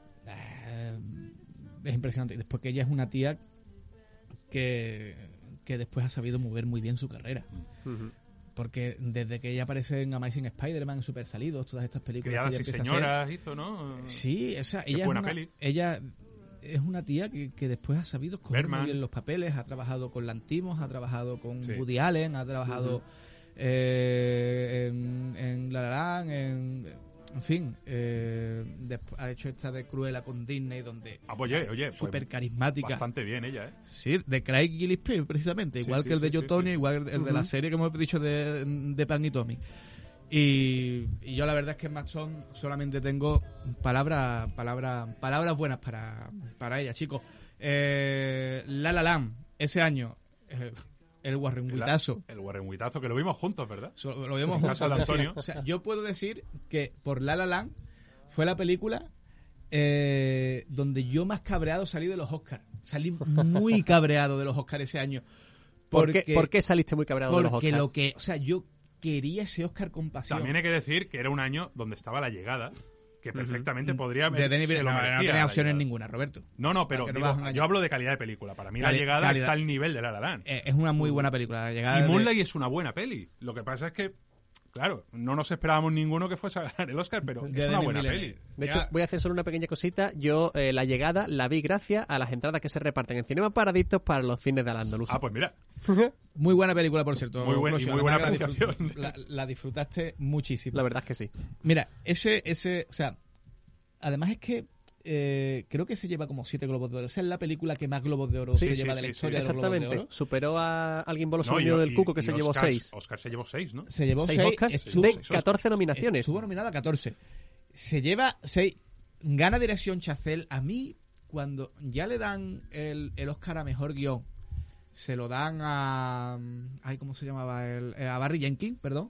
Es impresionante. Y después que ella es una tía que después ha sabido mover muy bien su carrera. Ujú. Porque desde que ella aparece en Amazing Spider-Man, Super Salidos, todas estas películas Criadas que y ella empieza a señoras hizo, ¿no? hacer. Sí, esa, Qué ella es buena una, peli. ella es una tía que después ha sabido escoger Bergman. muy bien los papeles, ha trabajado con Lanthimos, ha trabajado con Sí. Woody Allen, ha trabajado en La La Land, en fin, ha hecho esta de Cruella con Disney, donde Pues oye, súper carismática. bastante bien ella, ¿eh? Sí, de Craig Gillespie, precisamente, Sí, igual sí, que el de sí, Joe sí, Tony, sí. igual el de la serie que hemos dicho de Pan y Tommy. Y yo la verdad es que en Matson solamente tengo palabras buenas para ella, chicos. La La Land, ese año, el Warrenguitazo. El Warrenguitazo, que lo vimos juntos, ¿verdad? Lo vimos En juntos. casa de Antonio. O sea, yo puedo decir que por La La Land fue la película donde yo más cabreado salí de los Oscars. Salí muy cabreado de los Oscars ese año. ¿Por qué saliste muy cabreado de los Porque Oscars? o sea, yo quería ese Oscar con pasión. También hay que decir que era un año donde estaba La Llegada, que perfectamente podría De Denis se lo Villeneuve, no merecía, tenía La opciones Llegada. ninguna, Roberto. No, pero Para que no digo, vas a engañar. yo hablo de calidad de película. Para mí La Llegada calidad. está al nivel de La La Land. Es una muy buena película. La Llegada Y de- Moonlight es una buena peli. Lo que pasa es que, claro, no nos esperábamos ninguno que fuese a ganar el Oscar, pero de es una Denis buena Villeneuve. peli. De hecho, voy a hacer solo una pequeña cosita. Yo, La Llegada, la vi gracias a las entradas que se reparten en Cinema Paradictos para los cines de Al-Andalus. Pues mira, Muy buena película, por cierto. Muy buena- y Closio. muy buena Además que apreciación. la disfrutaste muchísimo. La verdad es que sí. Mira, o sea, además es que creo que se lleva como 7 Globos de Oro. Esa es la película que más Globos de Oro Sí, se sí, lleva de sí, la sí. historia de los Globos de Exactamente. Oro. Superó a alguien boloso no, del Cuco, que y se llevó Oscar, 6. Oscar se llevó 6, ¿no? Se llevó 6 6 Oscars de 14 nominaciones. Estuvo nominada a 14. Se lleva 6. Gana dirección Chazelle. A mí, cuando ya le dan el Oscar a Mejor Guión, se lo dan a... ¿Cómo se llamaba? A Barry Jenkins, perdón.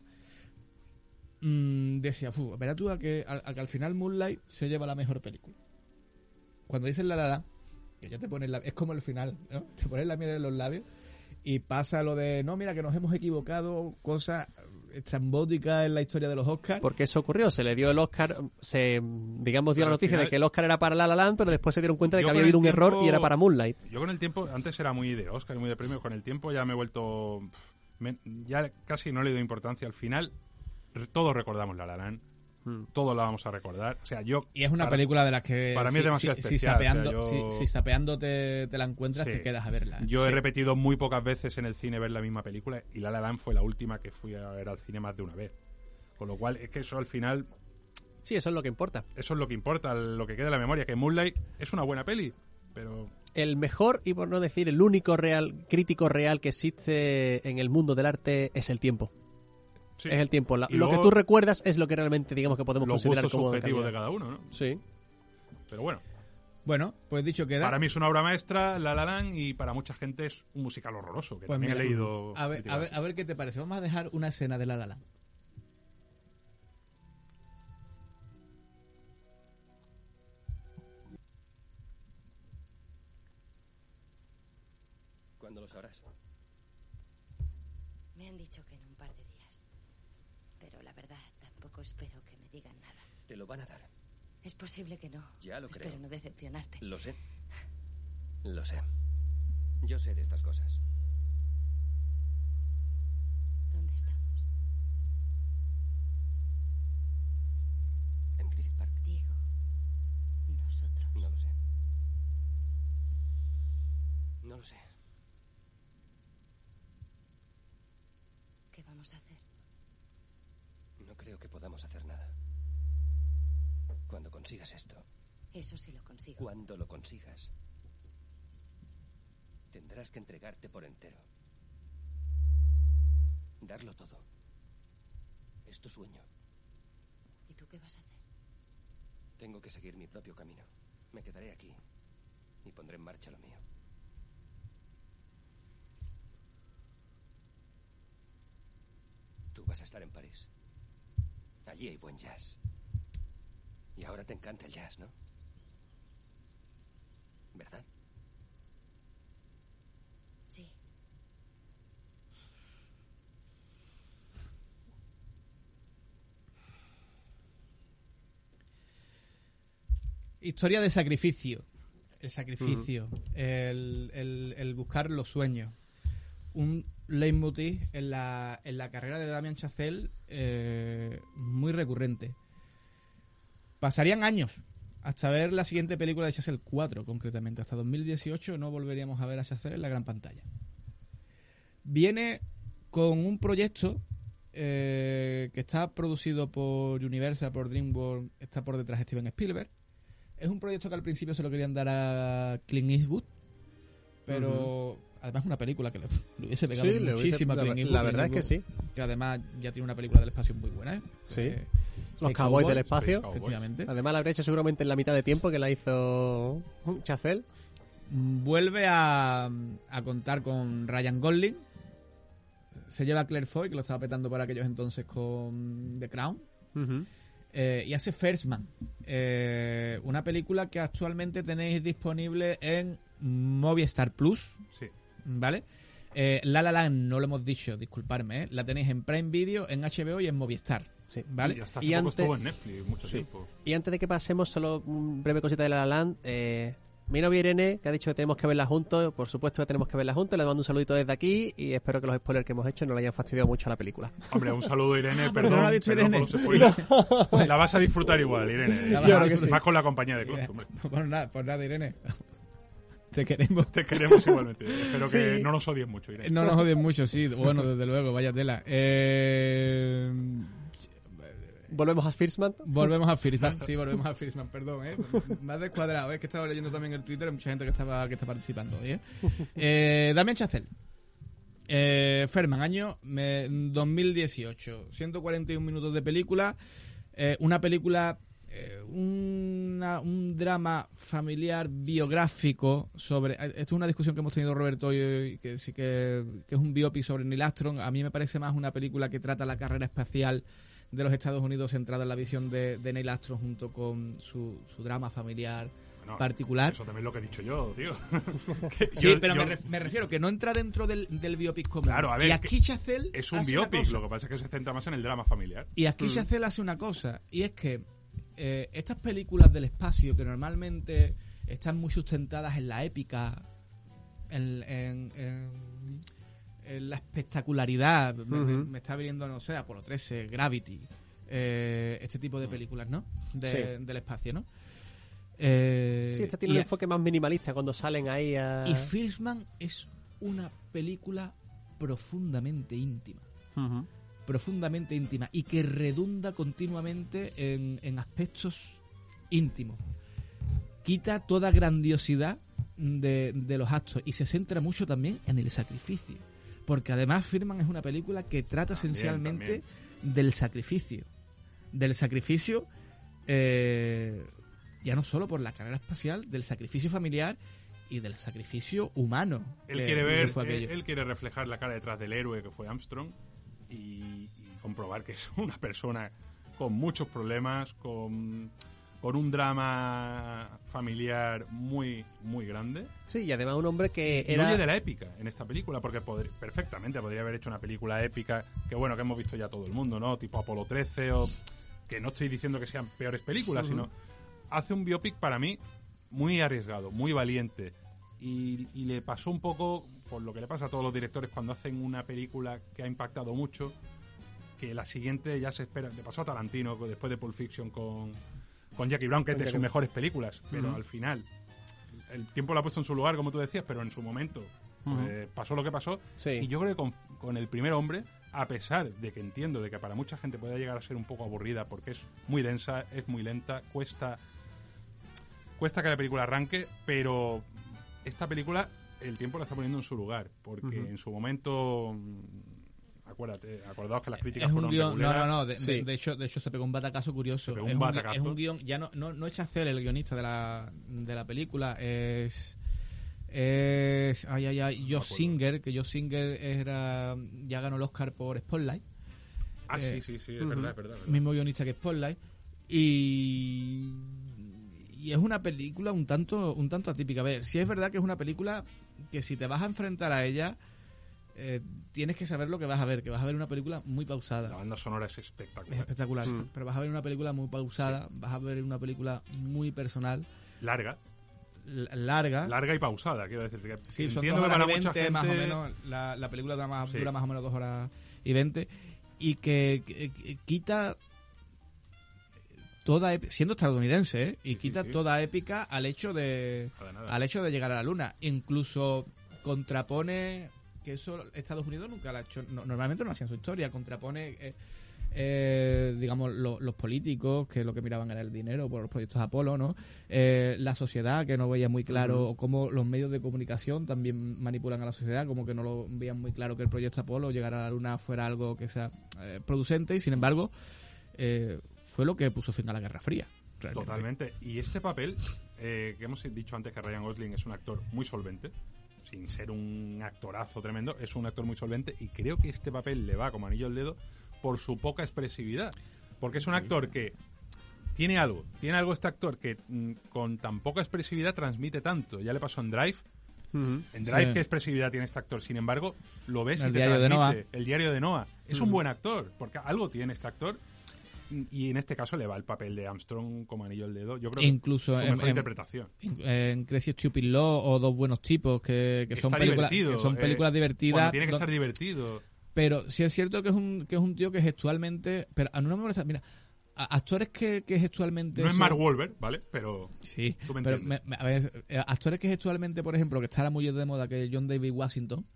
Decía, verás tú a que al final Moonlight se lleva la mejor película. Cuando dicen La La Land, que ya te pones es como el final, ¿no? Te pones la miel en los labios y pasa lo de, no, mira, que nos hemos equivocado, cosas estrambóticas en la historia de los Oscars. Porque eso ocurrió, se le dio el Oscar, digamos, dio Pero la al noticia final- de que el Oscar era para La La Land, pero después se dieron cuenta de Yo que había con habido el un error tiempo- y era para Moonlight. Yo con el tiempo, antes era muy de Oscar, muy de premio, con el tiempo ya me he vuelto... ya casi no le doy importancia. Al final, todos recordamos La La Land, todos la vamos a recordar. O sea, Y es una película de las que para mí es demasiado si especial, sapeando, o sea, yo- si sapeando te la encuentras, Sí. te quedas a verla. Yo he Sí. repetido muy pocas veces en el cine ver la misma película y La La Land fue la última que fui a ver al cine más de una vez. Con lo cual, es que eso al final, Sí, eso es lo que importa. eso es lo que importa, lo que queda en la memoria. Que Moonlight es una buena peli, pero... El mejor, y por no decir el único crítico real que existe en el mundo del arte es el tiempo. sí. Es el tiempo. Y Lo luego, que tú recuerdas es lo que realmente, digamos, que podemos los considerar gustos como de subjetivos de calidad. cada uno, ¿no? Sí. Pero bueno, Bueno, pues dicho queda. para mí es una obra maestra, La La Land, y para mucha gente es un musical horroroso, que Pues también mira, he leído... a ver críticas. qué te parece. Vamos a dejar una escena de La La Land. ¿Cuándo lo sabrás? Me han dicho que en un par de días. Pero la verdad, tampoco espero que me digan nada. Te lo van a dar. Es posible que no. Ya lo Espero creo. no decepcionarte. Lo sé. Lo sé. Yo sé de estas cosas. ¿Dónde estamos? En Griffith Park. Digo, nosotros. No lo sé. No lo sé. ¿Qué vamos a hacer? No creo que podamos hacer nada. Cuando consigas esto, Eso sí lo consigo. cuando lo consigas, tendrás que entregarte por entero. Darlo todo. Es tu sueño. ¿Y tú qué vas a hacer? Tengo que seguir mi propio camino. Me quedaré aquí y pondré en marcha lo mío. Tú vas a estar en París. Allí hay buen jazz. Y ahora te encanta el jazz, ¿no? ¿Verdad? Sí. historia de sacrificio. El sacrificio, el buscar los sueños. Un leitmotiv en la carrera de Damien Chazelle muy recurrente. Pasarían años hasta ver la siguiente película de Chazelle, 4 concretamente. Hasta 2018 no volveríamos a ver a Chazelle en la gran pantalla. Viene con un proyecto que está producido por Universal, por DreamWorks, está por detrás Steven Spielberg. Es un proyecto que al principio se lo querían dar a Clint Eastwood, pero además es una película que le hubiese pegado muchísimo a Clint Eastwood. La verdad es que sí. Que además ya tiene una película del espacio muy buena, ¿eh? Sí. Los Cowboys del espacio. Efectivamente. Además la habría hecho seguramente en la mitad de tiempo que la hizo Chazelle. Vuelve a contar con Ryan Gosling. Se lleva a Claire Foy, que lo estaba petando por aquellos entonces con The Crown. Y hace First Man, una película que actualmente tenéis disponible en Movistar Plus. Sí. ¿Vale? La La Land no lo hemos dicho, disculparme, ¿eh? La tenéis en Prime Video, en HBO y en Movistar. Sí. ¿Vale? Y hasta hace poco estuvo en Netflix mucho tiempo. Y antes de que pasemos, solo un breve cosita de La La Land. Mi novia Irene, que ha dicho que tenemos que verla juntos, por supuesto que tenemos que verla juntos, le mando un saludito desde aquí y espero que los spoilers que hemos hecho no le hayan fastidiado mucho a la película. Hombre, un saludo Irene, ¿no perdón, la ha dicho perdón Irene? por los spoilers. La vas a disfrutar igual, Irene. La vas a disfrutar. Más con la compañía de Clutch, hombre. Pues nada, Irene. Te queremos. Te queremos igualmente. Espero que no nos odies mucho, Irene. No nos odien mucho, sí. Bueno, desde luego, vaya tela. ¿Volvemos a First Man? Volvemos a First Man. Sí, volvemos a First Man, perdón, me has descuadrado, es que estaba leyendo también el Twitter, hay mucha gente que está participando hoy, Damien Chazelle. First Man, año 2018. 141 minutos de película. Una película, un drama familiar biográfico sobre... Esto es una discusión que hemos tenido Roberto hoy, que sí que es un biopic sobre Neil Armstrong. A mí me parece más una película que trata la carrera espacial de los Estados Unidos, centrada en la visión de Neil Armstrong junto con su drama familiar particular. Eso también es lo que he dicho yo, tío. Me refiero que no entra dentro del biopic común. Claro, a ver, y aquí Chazelle es un biopic, lo que pasa es que se centra más en el drama familiar. Y aquí Chazelle hace una cosa, y es que estas películas del espacio que normalmente están muy sustentadas en la épica, en la espectacularidad, me está viniendo, no sé, Apolo 13, Gravity, este tipo de películas, ¿no? Del espacio, ¿no? Sí, esta tiene un enfoque más minimalista cuando salen ahí a... Y First Man es una película profundamente íntima. Profundamente íntima. Y que redunda continuamente en aspectos íntimos. Quita toda grandiosidad de los actos. Y se centra mucho también en el sacrificio. Porque además First Man es una película que trata esencialmente del sacrificio. Del sacrificio... ya no solo por la carrera espacial, del sacrificio familiar y del sacrificio humano. Él quiere reflejar la cara detrás del héroe que fue Armstrong y comprobar que es una persona con muchos problemas, con un drama familiar muy, muy grande. Sí, y además un hombre que era... huye de la épica en esta película, porque perfectamente podría haber hecho una película épica que, bueno, que hemos visto ya todo el mundo, ¿no? Tipo Apolo 13 o... Que no estoy diciendo que sean peores películas, sino... Hace un biopic para mí muy arriesgado, muy valiente y le pasó un poco por lo que le pasa a todos los directores cuando hacen una película que ha impactado mucho, que la siguiente ya se espera. Le pasó a Tarantino después de Pulp Fiction con Jackie Brown, que es de sus mejores películas, pero al final el tiempo lo ha puesto en su lugar, como tú decías, pero en su momento pasó lo que pasó. Y yo creo que con El primer hombre, a pesar de que entiendo de que para mucha gente puede llegar a ser un poco aburrida porque es muy densa, es muy lenta, cuesta que la película arranque, pero esta película el tiempo la está poniendo en su lugar, porque en su momento, acordaos que las críticas fueron regulares. De hecho se pegó un batacazo curioso. Es un guión, ya no es Chazelle el guionista de la película, es Josh Singer, que Josh Singer ya ganó el Oscar por Spotlight. Sí, es verdad. Mismo guionista que Spotlight. Y es una película un tanto atípica. A ver, si es verdad que es una película que si te vas a enfrentar a ella, tienes que saber lo que vas a ver, que vas a ver una película muy pausada. La banda sonora es Es espectacular. espectacular, pero vas a ver una película muy pausada, vas a ver una película muy personal, Larga larga. y pausada, quiero decir. Que Sí, son entiendo 2 que horas para y mucha 20 gente... más o menos, la película dura más o menos 2 horas y 20, y que quita toda siendo estadounidense, y quita toda épica al hecho de llegar a la luna. Incluso contrapone, que eso Estados Unidos nunca lo ha hecho, normalmente no hacía en su historia, contrapone digamos los políticos, que lo que miraban era el dinero por los proyectos Apolo, ¿no? La sociedad, que no veía muy claro, o cómo los medios de comunicación también manipulan a la sociedad, como que no lo veían muy claro que el proyecto Apolo, llegar a la luna, fuera algo que sea producente, y sin embargo fue lo que puso fin a la Guerra Fría. Realmente. Totalmente. Y este papel, que hemos dicho antes que Ryan Gosling es un actor muy solvente, sin ser un actorazo tremendo, es un actor muy solvente, y creo que este papel le va como anillo al dedo por su poca expresividad. Porque es un actor que tiene algo este actor que con tan poca expresividad transmite tanto. Ya le pasó en Drive. En Drive, ¿qué expresividad tiene este actor? Sin embargo, lo ves y te transmite. El diario de Noah. Es un buen actor, porque algo tiene este actor. Y en este caso le va el papel de Armstrong como anillo al dedo. Yo creo incluso que es su mejor interpretación. En Crazy Stupid Love o Dos buenos tipos, que son películas divertidas. Tiene que estar divertido. Pero sí es cierto que es un tío que gestualmente... Pero a no me molesta... Mira, actores que gestualmente... No es Mark Wahlberg, ¿vale? Pero... Sí, tú me pero entiendes. a ver, actores que gestualmente, por ejemplo, que está muy de moda, que John David Washington,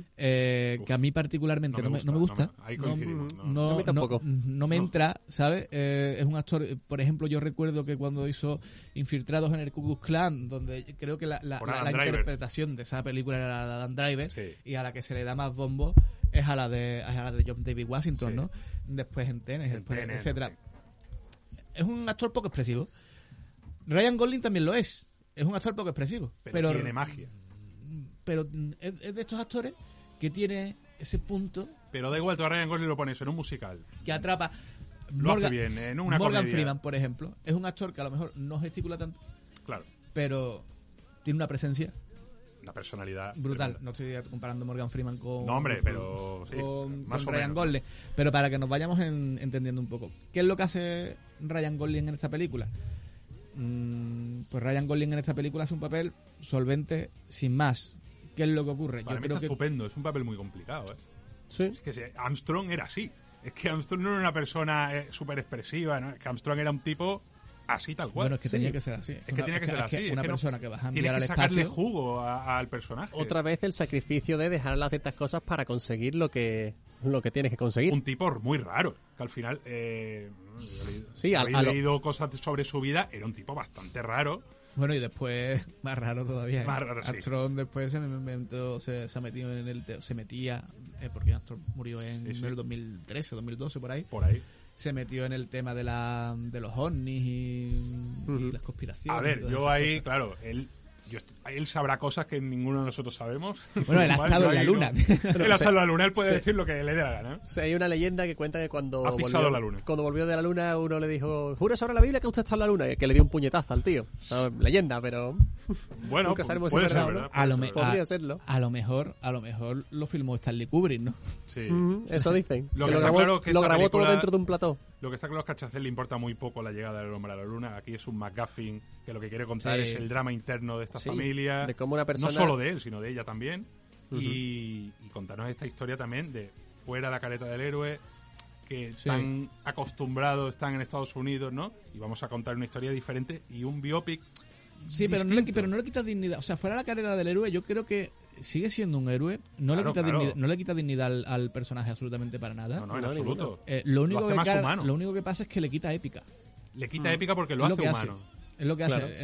que a mí particularmente no me gusta. Ahí coincidimos. A mí tampoco. No me entra, ¿sabes? Es un actor... Por ejemplo, yo recuerdo que cuando hizo Infiltrados en el Ku Klux Klan, donde creo que la interpretación de esa película era la de Adam Driver, y a la que se le da más bombo es a la de John David Washington, ¿no? Después en Tenet, etcétera. Sí. Es un actor poco expresivo. Ryan Gosling también lo es. Es un actor poco expresivo. Pero tiene magia. Pero es de estos actores que tiene ese punto... Pero da igual, tú a Ryan Gosling lo pones en un musical. Que atrapa... Lo hace bien, en una Morgan comedia. Freeman, por ejemplo, es un actor que a lo mejor no gesticula tanto. Claro. Pero tiene una presencia... Una personalidad brutal. tremenda. No estoy comparando Morgan Freeman con... No, hombre, pero... Sí, más con Ryan Gosling. Pero para que nos vayamos entendiendo un poco. ¿Qué es lo que hace Ryan Gosling en esta película? Pues Ryan Gosling en esta película hace un papel solvente, sin más. ¿Qué es lo que ocurre? Para mí está estupendo. Es un papel muy complicado, ¿eh? Sí. Es que Armstrong era así. Es que Armstrong no era una persona súper expresiva, ¿no? Es que Armstrong era un tipo... así tal cual. Bueno, es que tenía que ser así. Es que tenía que ser así. Una persona que vas a enviar al espacio... Tiene que sacarle jugo al personaje. Otra vez el sacrificio de dejar las ciertas cosas para conseguir lo que tienes que conseguir. Un tipo muy raro, que al final... sí, habéis leído cosas sobre su vida, era un tipo bastante raro. Bueno, y después, más raro todavía. Más raro, sí. Armstrong después se ha metido en el... Se metía, porque Armstrong murió en el 2013, 2012, por ahí. Por ahí. Se metió en el tema de los ovnis y las conspiraciones. A ver, yo ahí, cosas. Claro, él sabrá cosas que ninguno de nosotros sabemos. Bueno, él ha estado en la luna. Él ha estado en la luna, él puede decir lo que le dé la gana. O sea, hay una leyenda que cuenta que cuando ha pisado la luna. Cuando volvió de la luna, uno le dijo: jura sobre la Biblia que usted está en la luna, y que le dio un puñetazo al tío. Leyenda, pero bueno, nunca sabemos si puede es ser verdad. Podría serlo. A lo mejor lo filmó Stanley Kubrick, ¿no? Sí. Eso dicen. Lo grabó todo dentro de un plató. Lo que está claro es que a Chazelle le importa muy poco la llegada del hombre a la luna. Aquí es un MacGuffin que lo que quiere contar es el drama interno de esta familia. De cómo una persona... No solo de él, sino de ella también. Y contarnos esta historia también de fuera la careta del héroe, que están acostumbrados, están en Estados Unidos, ¿no? Y vamos a contar una historia diferente y un biopic. Sí, pero no le quita dignidad. O sea, fuera la carrera del héroe, yo creo que sigue siendo un héroe. No le quita dignidad al personaje absolutamente para nada. No, en absoluto. Lo único que pasa es que le quita épica. Le quita épica porque lo hace humano. Es lo que hace.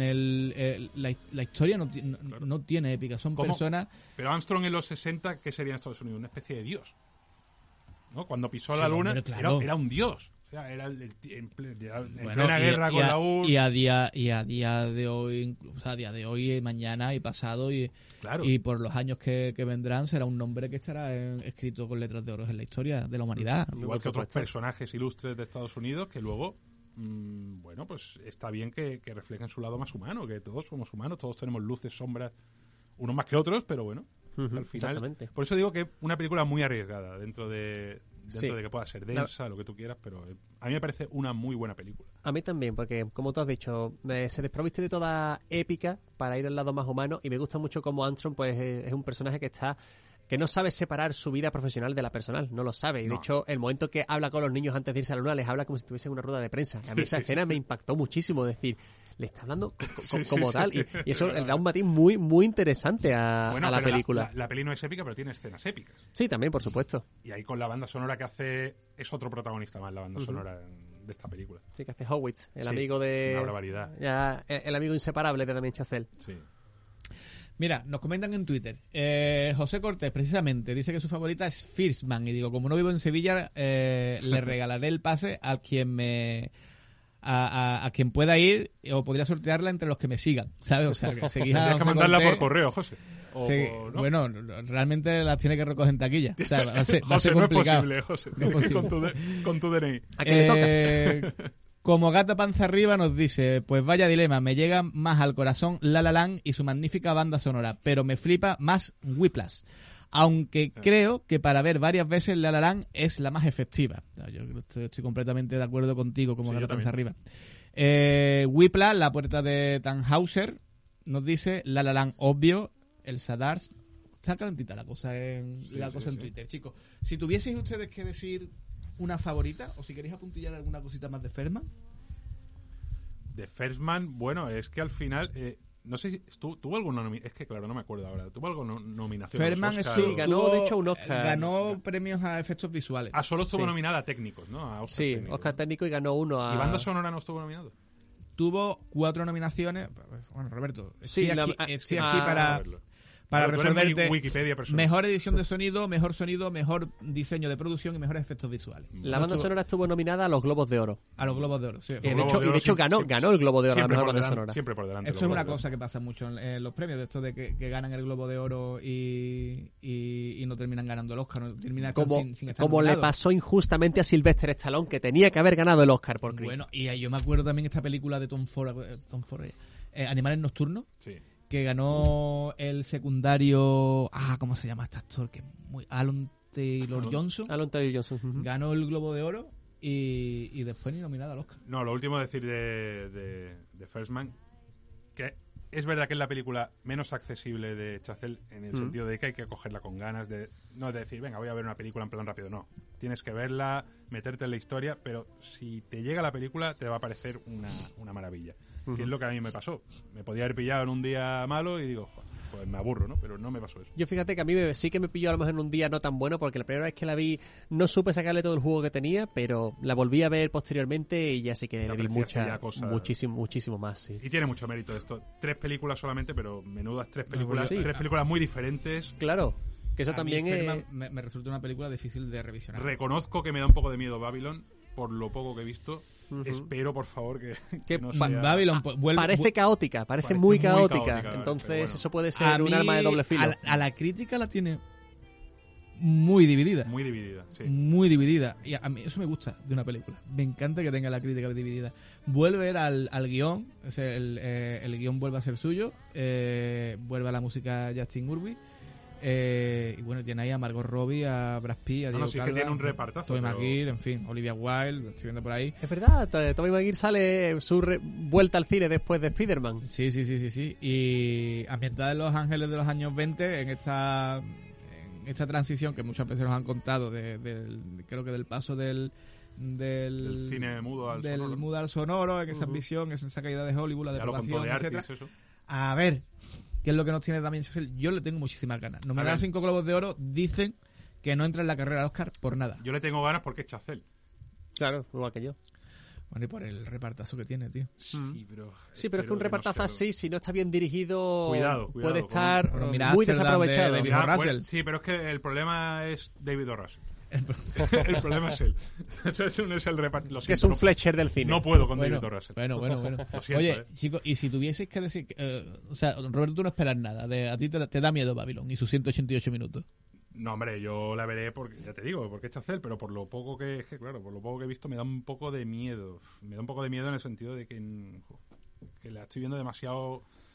La historia no tiene épica. Son personas... Pero Armstrong en los 60, ¿qué sería en Estados Unidos? Una especie de dios, ¿no? Cuando pisó la luna, era un dios. O sea, era en plena guerra con la URSS. Y a día de hoy, o sea, a día de hoy, mañana y pasado, y por los años que vendrán, será un nombre que estará escrito con letras de oro en la historia de la humanidad. Igual que otros personajes ilustres de Estados Unidos que luego, bueno, pues está bien que reflejen su lado más humano, que todos somos humanos, todos tenemos luces, sombras, unos más que otros, pero bueno. Al final, exactamente. por eso digo que es una película muy arriesgada dentro de Sí. que pueda ser densa, lo que tú quieras, pero a mí me parece una muy buena película. A mí también, porque como tú has dicho, se desproviste de toda épica para ir al lado más humano, y me gusta mucho cómo Armstrong pues es un personaje que no sabe separar su vida profesional de la personal, no lo sabe. Y de hecho, el momento que habla con los niños antes de irse a la luna, les habla como si estuviese en una rueda de prensa. A mí esa escena me impactó muchísimo, decir, le está hablando como tal. Y eso le da un matiz muy, muy interesante a la película. La peli no es épica, pero tiene escenas épicas. Sí, también, por supuesto. Y ahí con la banda sonora que hace, es otro protagonista más, la banda sonora de esta película. Sí, que hace Howitz, el Sí, amigo de... una barbaridad. Ya, el amigo inseparable de Damien Chazelle. Sí. Mira, nos comentan en Twitter. José Cortés, precisamente, dice que su favorita es First Man. Y digo, como no vivo en Sevilla, le regalaré el pase a quien a quien pueda ir, o podría sortearla entre los que me sigan, ¿sabes? O sea, que seguís a Tendrías que José mandarla Cortés. por correo, José. ¿No? Bueno, realmente las tiene que recoger en taquilla. O sea, va a ser José, no es complicado. posible, José. No es Tienes que ir posible. con tu DNI. ¿A quién le toca? Como Gata Panza Arriba nos dice, pues vaya dilema, me llega más al corazón La La Land y su magnífica banda sonora, pero me flipa más Whiplash. Aunque creo que para ver varias veces La La Land es la más efectiva. Yo estoy completamente de acuerdo contigo, como Sí, Gata yo Panza también. Arriba. Whiplash, La Puerta de Tannhauser, nos dice La La Land, obvio, el Sadars. Está calentita la cosa en Twitter, chicos. Si tuvieseis ustedes que decir una favorita, o si queréis apuntillar alguna cosita más de Ferman. De First Man, bueno, es que al final... no sé si tuvo alguna nominación. Es que claro, no me acuerdo ahora. ¿Tuvo alguna nominación? a los Ferman Oscar sí, o- ganó, de hecho, un Oscar. Ganó premios a efectos visuales. Solo estuvo Sí. nominada a técnicos, ¿no? A Oscar Sí, técnico. Oscar técnico, y ganó uno a... ¿Y banda sonora no estuvo nominado? Tuvo 4 nominaciones. Bueno, Roberto, estoy Sí, estoy ah, aquí para Saberlo. para Pero tú eres mi resolverte Wikipedia personal. mejor edición de sonido, mejor diseño de producción y mejores efectos visuales. La banda sonora estuvo nominada a los Globos de Oro. A los Globos de Oro, sí. De Globos hecho, de Oro ganó el Globo de Oro a la siempre mejor por banda delante, sonora. Siempre por delante. Esto los es una Globos cosa que pasa mucho en los premios, de esto de que ganan el Globo de Oro y no terminan ganando el Oscar, no terminan Como, sin estar como le nominados. pasó injustamente a Sylvester Stallone, que tenía que haber ganado el Oscar por Creed. Bueno, y yo me acuerdo también esta película de Tom Ford, Animales Nocturnos, Sí. que ganó el secundario, ¿cómo se llama este actor? Que es muy Alan Taylor Johnson. Alan Taylor Johnson. Ujú. Ganó el Globo de Oro y después ni nominada al Oscar. No, lo último a decir de First Man, que es verdad que es la película menos accesible de Chazelle en el sentido de que hay que cogerla con ganas, no de decir, venga, voy a ver una película en plan rápido, no. Tienes que verla, meterte en la historia, pero si te llega la película te va a parecer una maravilla. Que es lo que a mí me pasó. Me podía haber pillado en un día malo y digo, pues me aburro, ¿no? Pero no me pasó eso. Yo fíjate que a mí sí que me pilló a lo mejor en un día no tan bueno, porque la primera vez que la vi no supe sacarle todo el jugo que tenía, pero la volví a ver posteriormente y ya sí que Y le vi apreciaste ya cosas. muchísimo más, sí. Y tiene mucho mérito esto. 3 películas solamente, pero menudas 3 películas. Sí. 3 películas muy diferentes. Claro, que eso A mí también es... Ferman me resulta una película difícil de revisionar. Reconozco que me da un poco de miedo Babylon, por lo poco que he visto. Espero, por favor, que no sea... Babylon vuelve... Parece caótica, parece Parece muy muy caótica. caótica, Entonces pero bueno. eso puede a ser un mí, arma de doble filo. a la crítica la tiene muy dividida. Muy dividida, sí. Muy dividida. Y a mí eso me gusta de una película. Me encanta que tenga la crítica dividida. Vuelve al guión. El guión vuelve a ser suyo. Vuelve a la música Justin Urbi. Y bueno, tiene ahí a Margot Robbie, a Brad Pitt, a Diego sí, que Calva, tiene un repartazo, Tobey pero- Maguire, en fin, Olivia Wilde, lo estoy viendo por ahí. Es verdad, Tobey Maguire sale su vuelta al cine después de Spider-Man. Sí. Y ambientada en Los Ángeles de los años 20, en esta transición que muchas veces nos han contado, creo que del paso del cine mudo al del sonoro. mudo al sonoro, en esa ambición, en esa caída de Hollywood, la Ya lo contó degradación, de etcétera. Artis, eso. A ver, ¿qué es lo que nos tiene también Chazelle? Yo le tengo muchísimas ganas. A Nominada a ver. 5 Globos de Oro, dicen que no entra en la carrera al Oscar por nada. Yo le tengo ganas porque es Chazelle. Claro, igual que yo. Bueno, y por el repartazo que tiene, tío. Sí, pero... Sí, pero es que un espero repartazo no sea- así, si no está bien dirigido, Cuidado, puede con- estar Bueno, mira muy Amsterdam desaprovechado. de David Ya, Russell. bueno, sí, pero es que el problema es David O. Russell. El problema es él. Eso no es el reparto. Lo Que siento, es un no- Fletcher del cine. No puedo con Bueno, David O. Russell. bueno. Lo siento, Oye, chicos, y si tuvieseis que decir... o sea, Roberto, tú no esperas nada. A ti te da miedo Babylon y sus 188 minutos. No, hombre, yo la veré porque, ya te digo, porque es Chazelle, pero por lo poco que he visto me da un poco de miedo. Me da un poco de miedo en el sentido de que la estoy viendo demasiado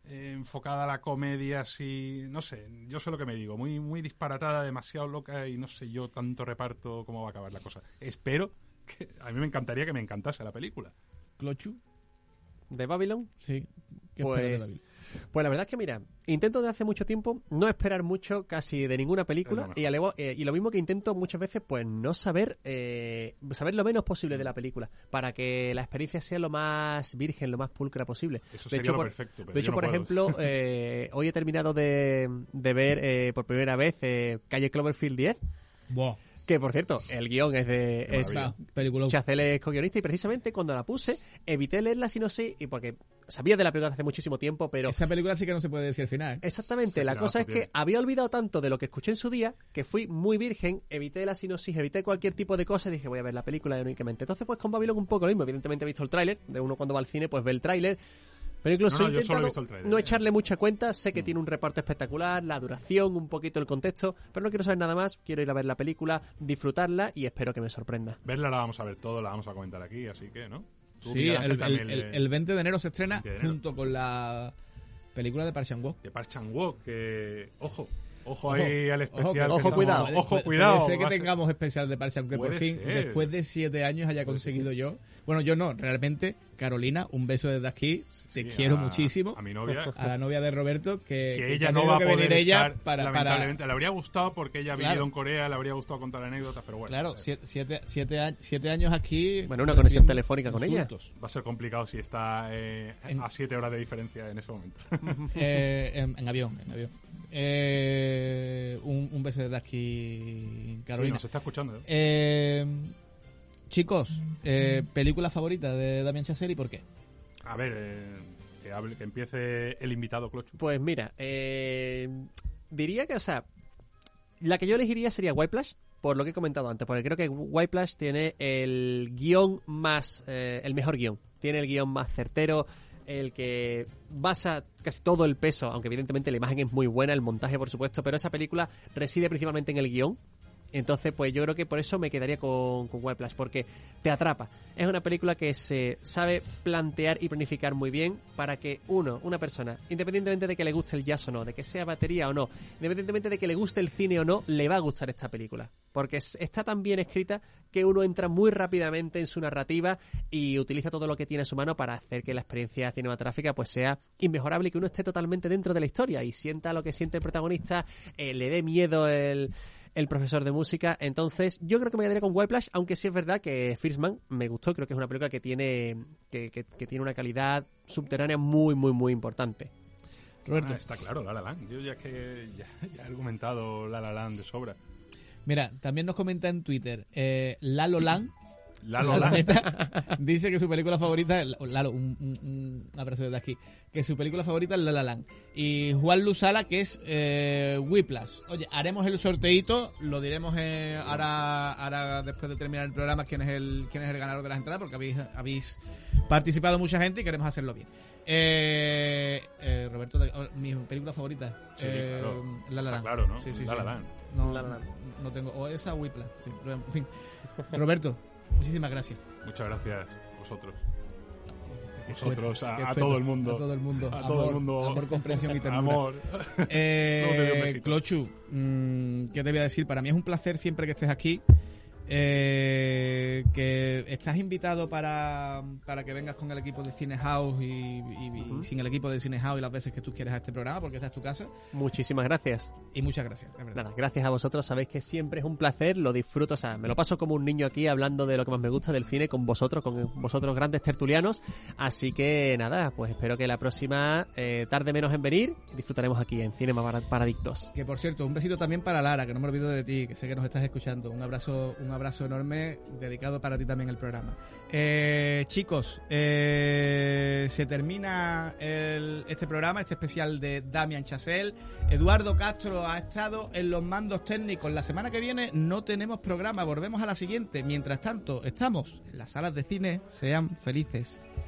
enfocada a la comedia, así, no sé, yo sé lo que me digo, muy, muy disparatada, demasiado loca y no sé yo tanto reparto cómo va a acabar la cosa. Espero que, a mí me encantaría que me encantase la película. ¿Clochu? ¿De Babylon? Sí. ¿Qué esperas de Pues, Babylon? pues la verdad es que, mira, intento desde hace mucho tiempo no esperar mucho casi de ninguna película Es lo y lo mismo que intento muchas veces, pues no saber saber lo menos posible de la película para que la experiencia sea lo más virgen, lo más pulcra posible. Eso De sería hecho, lo por, perfecto, pero de hecho, yo no por puedo. ejemplo, hoy he terminado de ver por primera vez Calle Cloverfield 10. Buah. Que, por cierto, el guión es de Qué maravilla. Película. Chazelle es co-guionista y precisamente cuando la puse evité leer la sinopsis y porque sabía de la película hace muchísimo tiempo, pero Esa película sí que no se puede decir el final. exactamente, la Qué cosa es pedazo que tiene. había olvidado tanto de lo que escuché en su día que fui muy virgen, evité la sinopsis, evité cualquier tipo de cosa y dije voy a ver la película únicamente. Entonces pues con Babylon un poco lo mismo, evidentemente he visto el tráiler, de uno cuando va al cine pues ve el tráiler, pero incluso No, he yo solo he intentado visto el tráiler, no echarle mucha cuenta, sé que tiene un reparto espectacular, la duración, un poquito el contexto, pero no quiero saber nada más, quiero ir a ver la película, disfrutarla y espero que me sorprenda. Verla la vamos a ver todo, la vamos a comentar aquí, así que, ¿no? Tú, Sí, Miguel Ángel, el también el 20 de enero se estrena 20 de enero. junto con la película de Park Chan-wook. de Park Chan-wook, que... Ojo ahí al especial. ojo, que cuidado. estamos- Ojo, Puede cuidado. ser que va a ser- tengamos especial de Park Chan-wook que por Puede fin, ser. después de 7 años, haya conseguido yo. Bueno, yo no, realmente, Carolina, un beso desde aquí. Te Sí, quiero a- muchísimo. A mi novia. A la novia de Roberto, Que ella ha no tenido va a que venir poder ella estar, para lamentablemente. Le habría gustado porque ella ha Claro. vivido en Corea, le habría gustado contar anécdotas, pero bueno. Claro, 7 años aquí. Bueno, una conexión recién telefónica con ella. insultos. Va a ser complicado si está a 7 horas de diferencia en ese momento. En avión. Un beso desde aquí, Sí, Carolina. nos está escuchando. Chicos, película favorita de Damien Chazelle y por qué. A ver, que empiece el invitado, Clochu. Pues mira, diría que, o sea, la que yo elegiría sería Whiplash, por lo que he comentado antes, porque creo que Whiplash tiene el guión más, el mejor guión. Tiene el guión más certero, el que basa casi todo el peso, aunque evidentemente la imagen es muy buena, el montaje por supuesto, pero esa película reside principalmente en el guión. Entonces, pues yo creo que por eso me quedaría con Whiplash, porque te atrapa. Es una película que se sabe plantear y planificar muy bien para que una persona, independientemente de que le guste el jazz o no, de que sea batería o no, independientemente de que le guste el cine o no, le va a gustar esta película. Porque está tan bien escrita que uno entra muy rápidamente en su narrativa y utiliza todo lo que tiene a su mano para hacer que la experiencia cinematográfica pues sea inmejorable y que uno esté totalmente dentro de la historia y sienta lo que siente el protagonista, le dé miedo el profesor de música. Entonces yo creo que me quedaría con Whiplash, aunque sí es verdad que First Man me gustó, creo que es una película que tiene que tiene una calidad subterránea muy muy muy importante. Roberto. Está claro, La La Land. Yo ya he argumentado La La Land de sobra. Mira, también nos comenta en Twitter Lalo Land. La La Land. Dice que su película favorita es Lalo, un abrazo desde aquí, que su película favorita es La La Land. Y Juan Luzala, que es Whiplash. Oye, haremos el sorteito, lo diremos ahora después de terminar el programa quién es el ganador de las entradas, porque habéis participado mucha gente y queremos hacerlo bien. Roberto, mi película favorita. Sí, claro. La La Está Land. claro, ¿no? Sí, sí, La sí. La Land. No, La La Land. no tengo. O esa o Whiplash. Sí, pero, en fin. Roberto, muchísimas gracias. Muchas gracias a vosotros. Qué Vosotros, fuerte, a qué todo fuerte. el mundo. A todo el mundo. A todo el mundo. Amor, comprensión y ternura. Amor. Luego te doy un besito. Clochu, ¿qué te voy a decir? Para mí es un placer siempre que estés aquí. Que estás invitado para que vengas con el equipo de Cine House y sin el equipo de Cine House y las veces que tú quieras a este programa, porque esta es tu casa. Muchísimas gracias. Y muchas gracias, de verdad. Nada, gracias a vosotros, sabéis que siempre es un placer, lo disfruto, o sea, me lo paso como un niño aquí hablando de lo que más me gusta del cine con vosotros grandes tertulianos, así que nada, pues espero que la próxima tarde menos en venir, disfrutaremos aquí en Cinema para Adictos. Que por cierto, un besito también para Lara, que no me olvido de ti, que sé que nos estás escuchando. Un abrazo enorme dedicado para ti también el programa. Chicos, se termina este programa, este especial de Damien Chazelle. Eduardo Castro ha estado en los mandos técnicos. La semana que viene no tenemos programa, volvemos a la siguiente. Mientras tanto, estamos en las salas de cine. Sean felices.